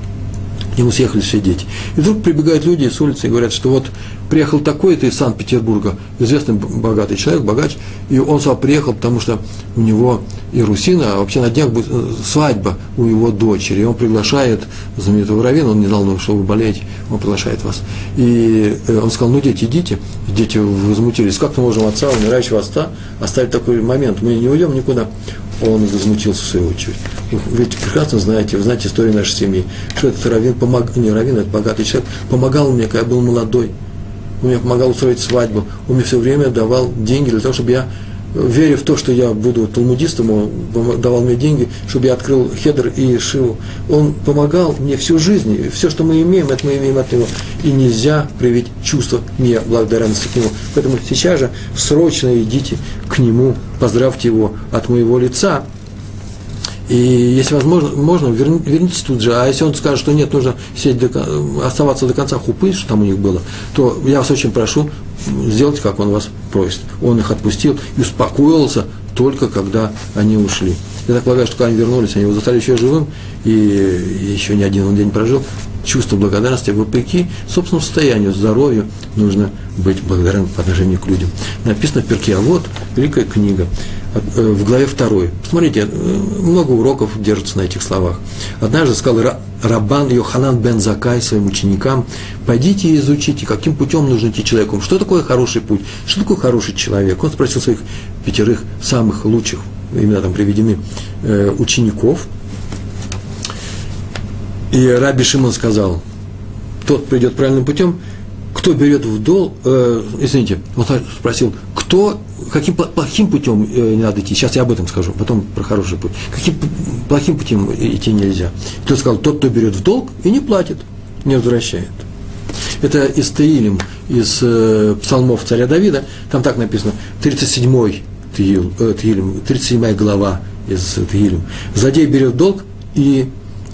К нему съехались все дети. И вдруг прибегают люди с улицы и говорят, что вот приехал такой-то из Санкт-Петербурга, известный богатый человек, богач, и он сюда приехал, потому что у него и русина, а вообще на днях будет свадьба у его дочери, и он приглашает знаменитого раввина, он не знал, что вы болеете, он приглашает вас. И он сказал, ну, дети, идите. Дети возмутились, как мы можем отца, умирающего отца, оставить такой момент, мы не уйдем никуда. Он возмутился в свою очередь. Ведь прекрасно знаете, вы знаете историю нашей семьи, что этот раввин не раввин, это богатый человек, помогал мне, когда я был молодой. Он мне помогал устроить свадьбу, он мне все время давал деньги для того, чтобы я, веря в то, что я буду талмудистом, он давал мне деньги, чтобы я открыл хедер и шиву. Он помогал мне всю жизнь, и все, что мы имеем, это мы имеем от него. И нельзя проявить чувство неблагодарности к нему. Поэтому сейчас же срочно идите к нему, поздравьте его от моего лица. И если возможно, вернитесь тут же. А если он скажет, что нет, нужно оставаться до конца хупы, что там у них было, то я вас очень прошу, сделайте, как он вас просит. Он их отпустил и успокоился только когда они ушли. Я так полагаю, что когда они вернулись, они его застали еще живым, и еще ни один он день прожил. Чувство благодарности, вопреки собственному состоянию, здоровью, нужно быть благодарным по отношению к людям. Написано в Перкей Авот, великая книга, в главе 2. Посмотрите, много уроков держится на этих словах. Однажды сказал Раббан Йоханан бен Заккай своим ученикам: пойдите и изучите, каким путем нужно идти человеку. Что такое хороший путь? Что такое хороший человек? Он спросил своих 5 самых лучших, имена там приведены, учеников. И Раби Шимон сказал: тот придет правильным путем, кто берет в долг, он спросил, каким плохим путем не надо идти, сейчас я об этом скажу, потом про хороший путь, каким плохим путем идти нельзя. И тот сказал: тот, кто берет в долг и не платит, не возвращает. Это из Теилим, из псалмов царя Давида, там так написано, 37-й Теилим, 37-я глава из Теилим. Злодей берет в долг и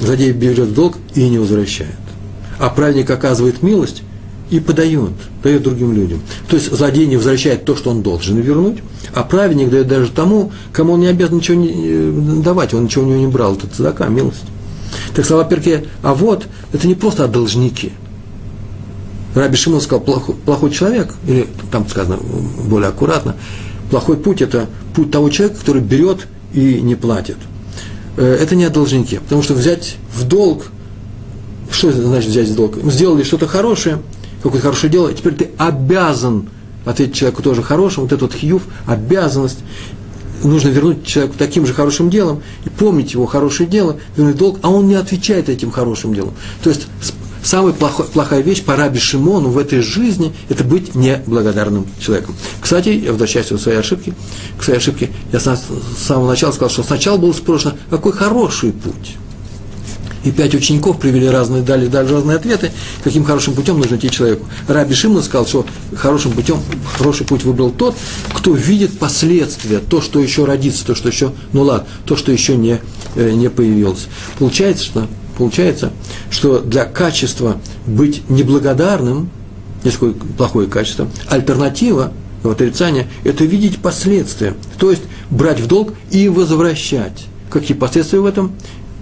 не возвращает. А праведник оказывает милость и дает другим людям. То есть злодей не возвращает то, что он должен вернуть, а праведник дает даже тому, кому он не обязан ничего не давать, он ничего у него не брал. Это цадака, милость. Так слова Перкей Авот – это не просто о должнике. Раби Шимон сказал: плохой человек, или там сказано более аккуратно, плохой путь – это путь того человека, который берет и не платит. Это не о должнике, потому что взять в долг, что это значит взять в долг? Сделали что-то хорошее, какое-то хорошее дело, и теперь ты обязан ответить человеку тоже хорошим, вот этот хиюв, обязанность, нужно вернуть человеку таким же хорошим делом, и помнить его хорошее дело, вернуть долг, а он не отвечает этим хорошим делом. То есть самая плохая вещь по Раби Шимону в этой жизни – это быть неблагодарным человеком. Кстати, я возвращаюсь к своей ошибке, я с самого начала сказал, что сначала было спрошено, какой хороший путь. И 5 учеников дали разные ответы, каким хорошим путем нужно идти человеку. Раби Шимон сказал, что хороший путь выбрал тот, кто видит последствия, то, что еще родится, то, что еще то, что еще не появилось. Получается, что для качества быть неблагодарным, есть такое плохое качество, альтернатива, отрицание – это видеть последствия, то есть брать в долг и возвращать. Какие последствия в этом?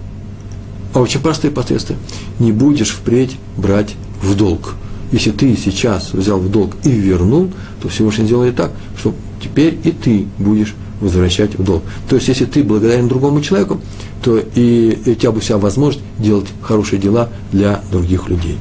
А очень простые последствия. Не будешь впредь брать в долг. Если ты сейчас взял в долг и вернул, то Всевышний делает так, что теперь и ты будешь возвращать в долг. То есть, если ты благодарен другому человеку, то и у тебя будет вся возможность делать хорошие дела для других людей.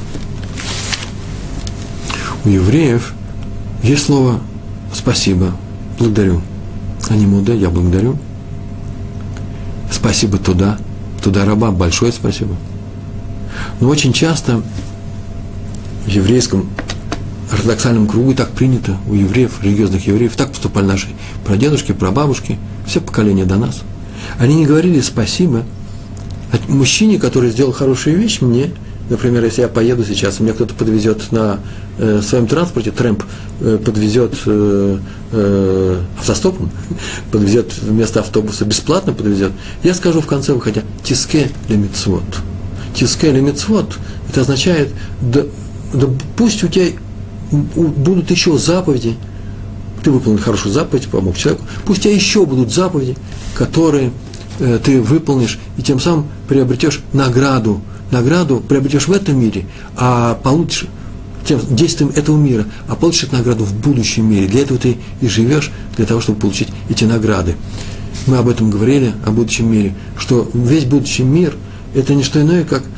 У евреев есть слово «спасибо», «благодарю». Они муде, я благодарю. Спасибо туда раба, большое спасибо. Но очень часто в еврейском ортодоксальном кругу так принято, у евреев, религиозных евреев, так поступали наши прадедушки, прабабушки, все поколения до нас. Они не говорили спасибо, мужчине, который сделал хорошую вещь, мне, например, если я поеду сейчас, меня кто-то подвезет на своем транспорте, трэмп подвезет автостопом, подвезет вместо автобуса, бесплатно подвезет, я скажу в конце выходя: «Тиске ле мицвот». «Тиске ле мицвот» – это означает, да пусть у тебя будут еще заповеди, ты выполнил хорошую заповедь, помог человеку, пусть у тебя еще будут заповеди, которые ты выполнишь, и тем самым приобретешь награду приобретешь в этом мире, а получишь тем действием этого мира, а получишь эту награду в будущем мире. Для этого ты и живешь, для того, чтобы получить эти награды. Мы об этом говорили, о будущем мире, что весь будущий мир – это не что иное, как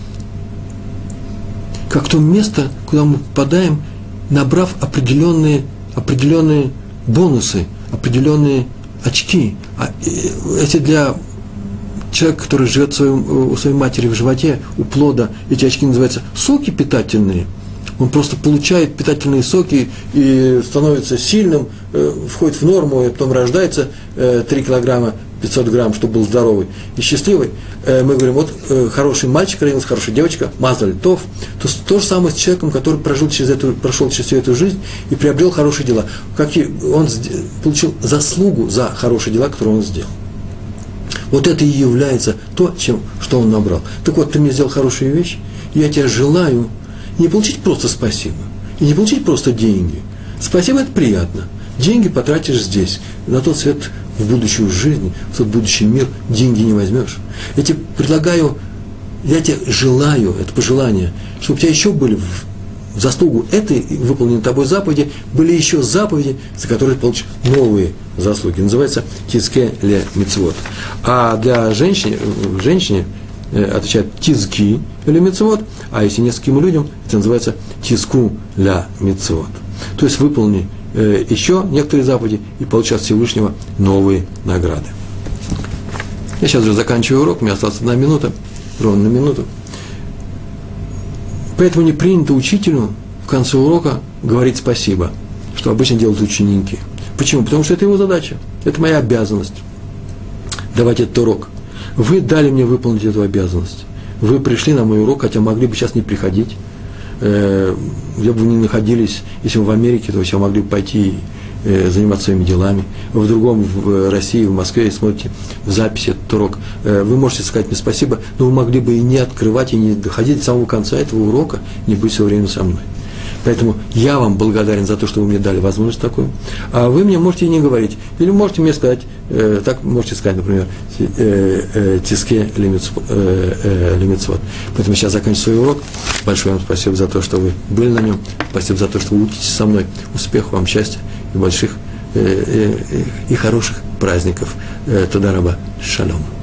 то место, куда мы попадаем, набрав определенные бонусы, определенные очки. Эти для человека, который живет у своей матери в животе, у плода, эти очки называются соки питательные. Он просто получает питательные соки и становится сильным, входит в норму, и потом рождается 3 килограмма 500 грамм, чтобы был здоровый и счастливый. Мы говорим: вот хороший мальчик родился, хорошая девочка, мазаль тов. То же самое с человеком, который прошел через всю эту жизнь и приобрел хорошие дела. Он получил заслугу за хорошие дела, которые он сделал. Вот это и является то, что он набрал. Так вот, ты мне сделал хорошую вещь, и я тебе желаю не получить просто спасибо, и не получить просто деньги. Спасибо – это приятно. Деньги потратишь здесь, на тот свет, в будущую жизнь, в тот будущий мир деньги не возьмешь. Я тебе желаю, это пожелание, чтобы у тебя еще были в заслугу этой выполненной тобой заповеди, были еще заповеди, за которые ты получишь новые заслуги. Называется «тиске ле мицвот». А для женщины отвечает «тизки ле мицвот», а если нескольким людям, это называется «тиску ля мицвот». То есть выполни еще некоторые заповеди и получишь от Всевышнего новые награды. Я сейчас уже заканчиваю урок, у меня осталась 1 минута, ровно на минуту. Поэтому не принято учителю в конце урока говорить спасибо, что обычно делают ученики. Почему? Потому что это его задача, это моя обязанность давать этот урок. Вы дали мне выполнить эту обязанность. Вы пришли на мой урок, хотя могли бы сейчас не приходить. Где бы вы ни находились, если вы в Америке, то вы могли бы пойти заниматься своими делами. Вы в России, в Москве смотрите в записи этот урок. Вы можете сказать мне спасибо, но вы могли бы и не открывать, и не доходить до самого конца этого урока, не быть все время со мной. Поэтому я вам благодарен за то, что вы мне дали возможность такую. А вы мне можете и не говорить. Или можете мне сказать, так можете сказать, например, «тиске ле мицвот». Поэтому сейчас заканчиваю свой урок. Большое вам спасибо за то, что вы были на нем. Спасибо за то, что вы учитесь со мной. Успехов вам, счастья и больших и хороших праздников. Тода раба. Шалом.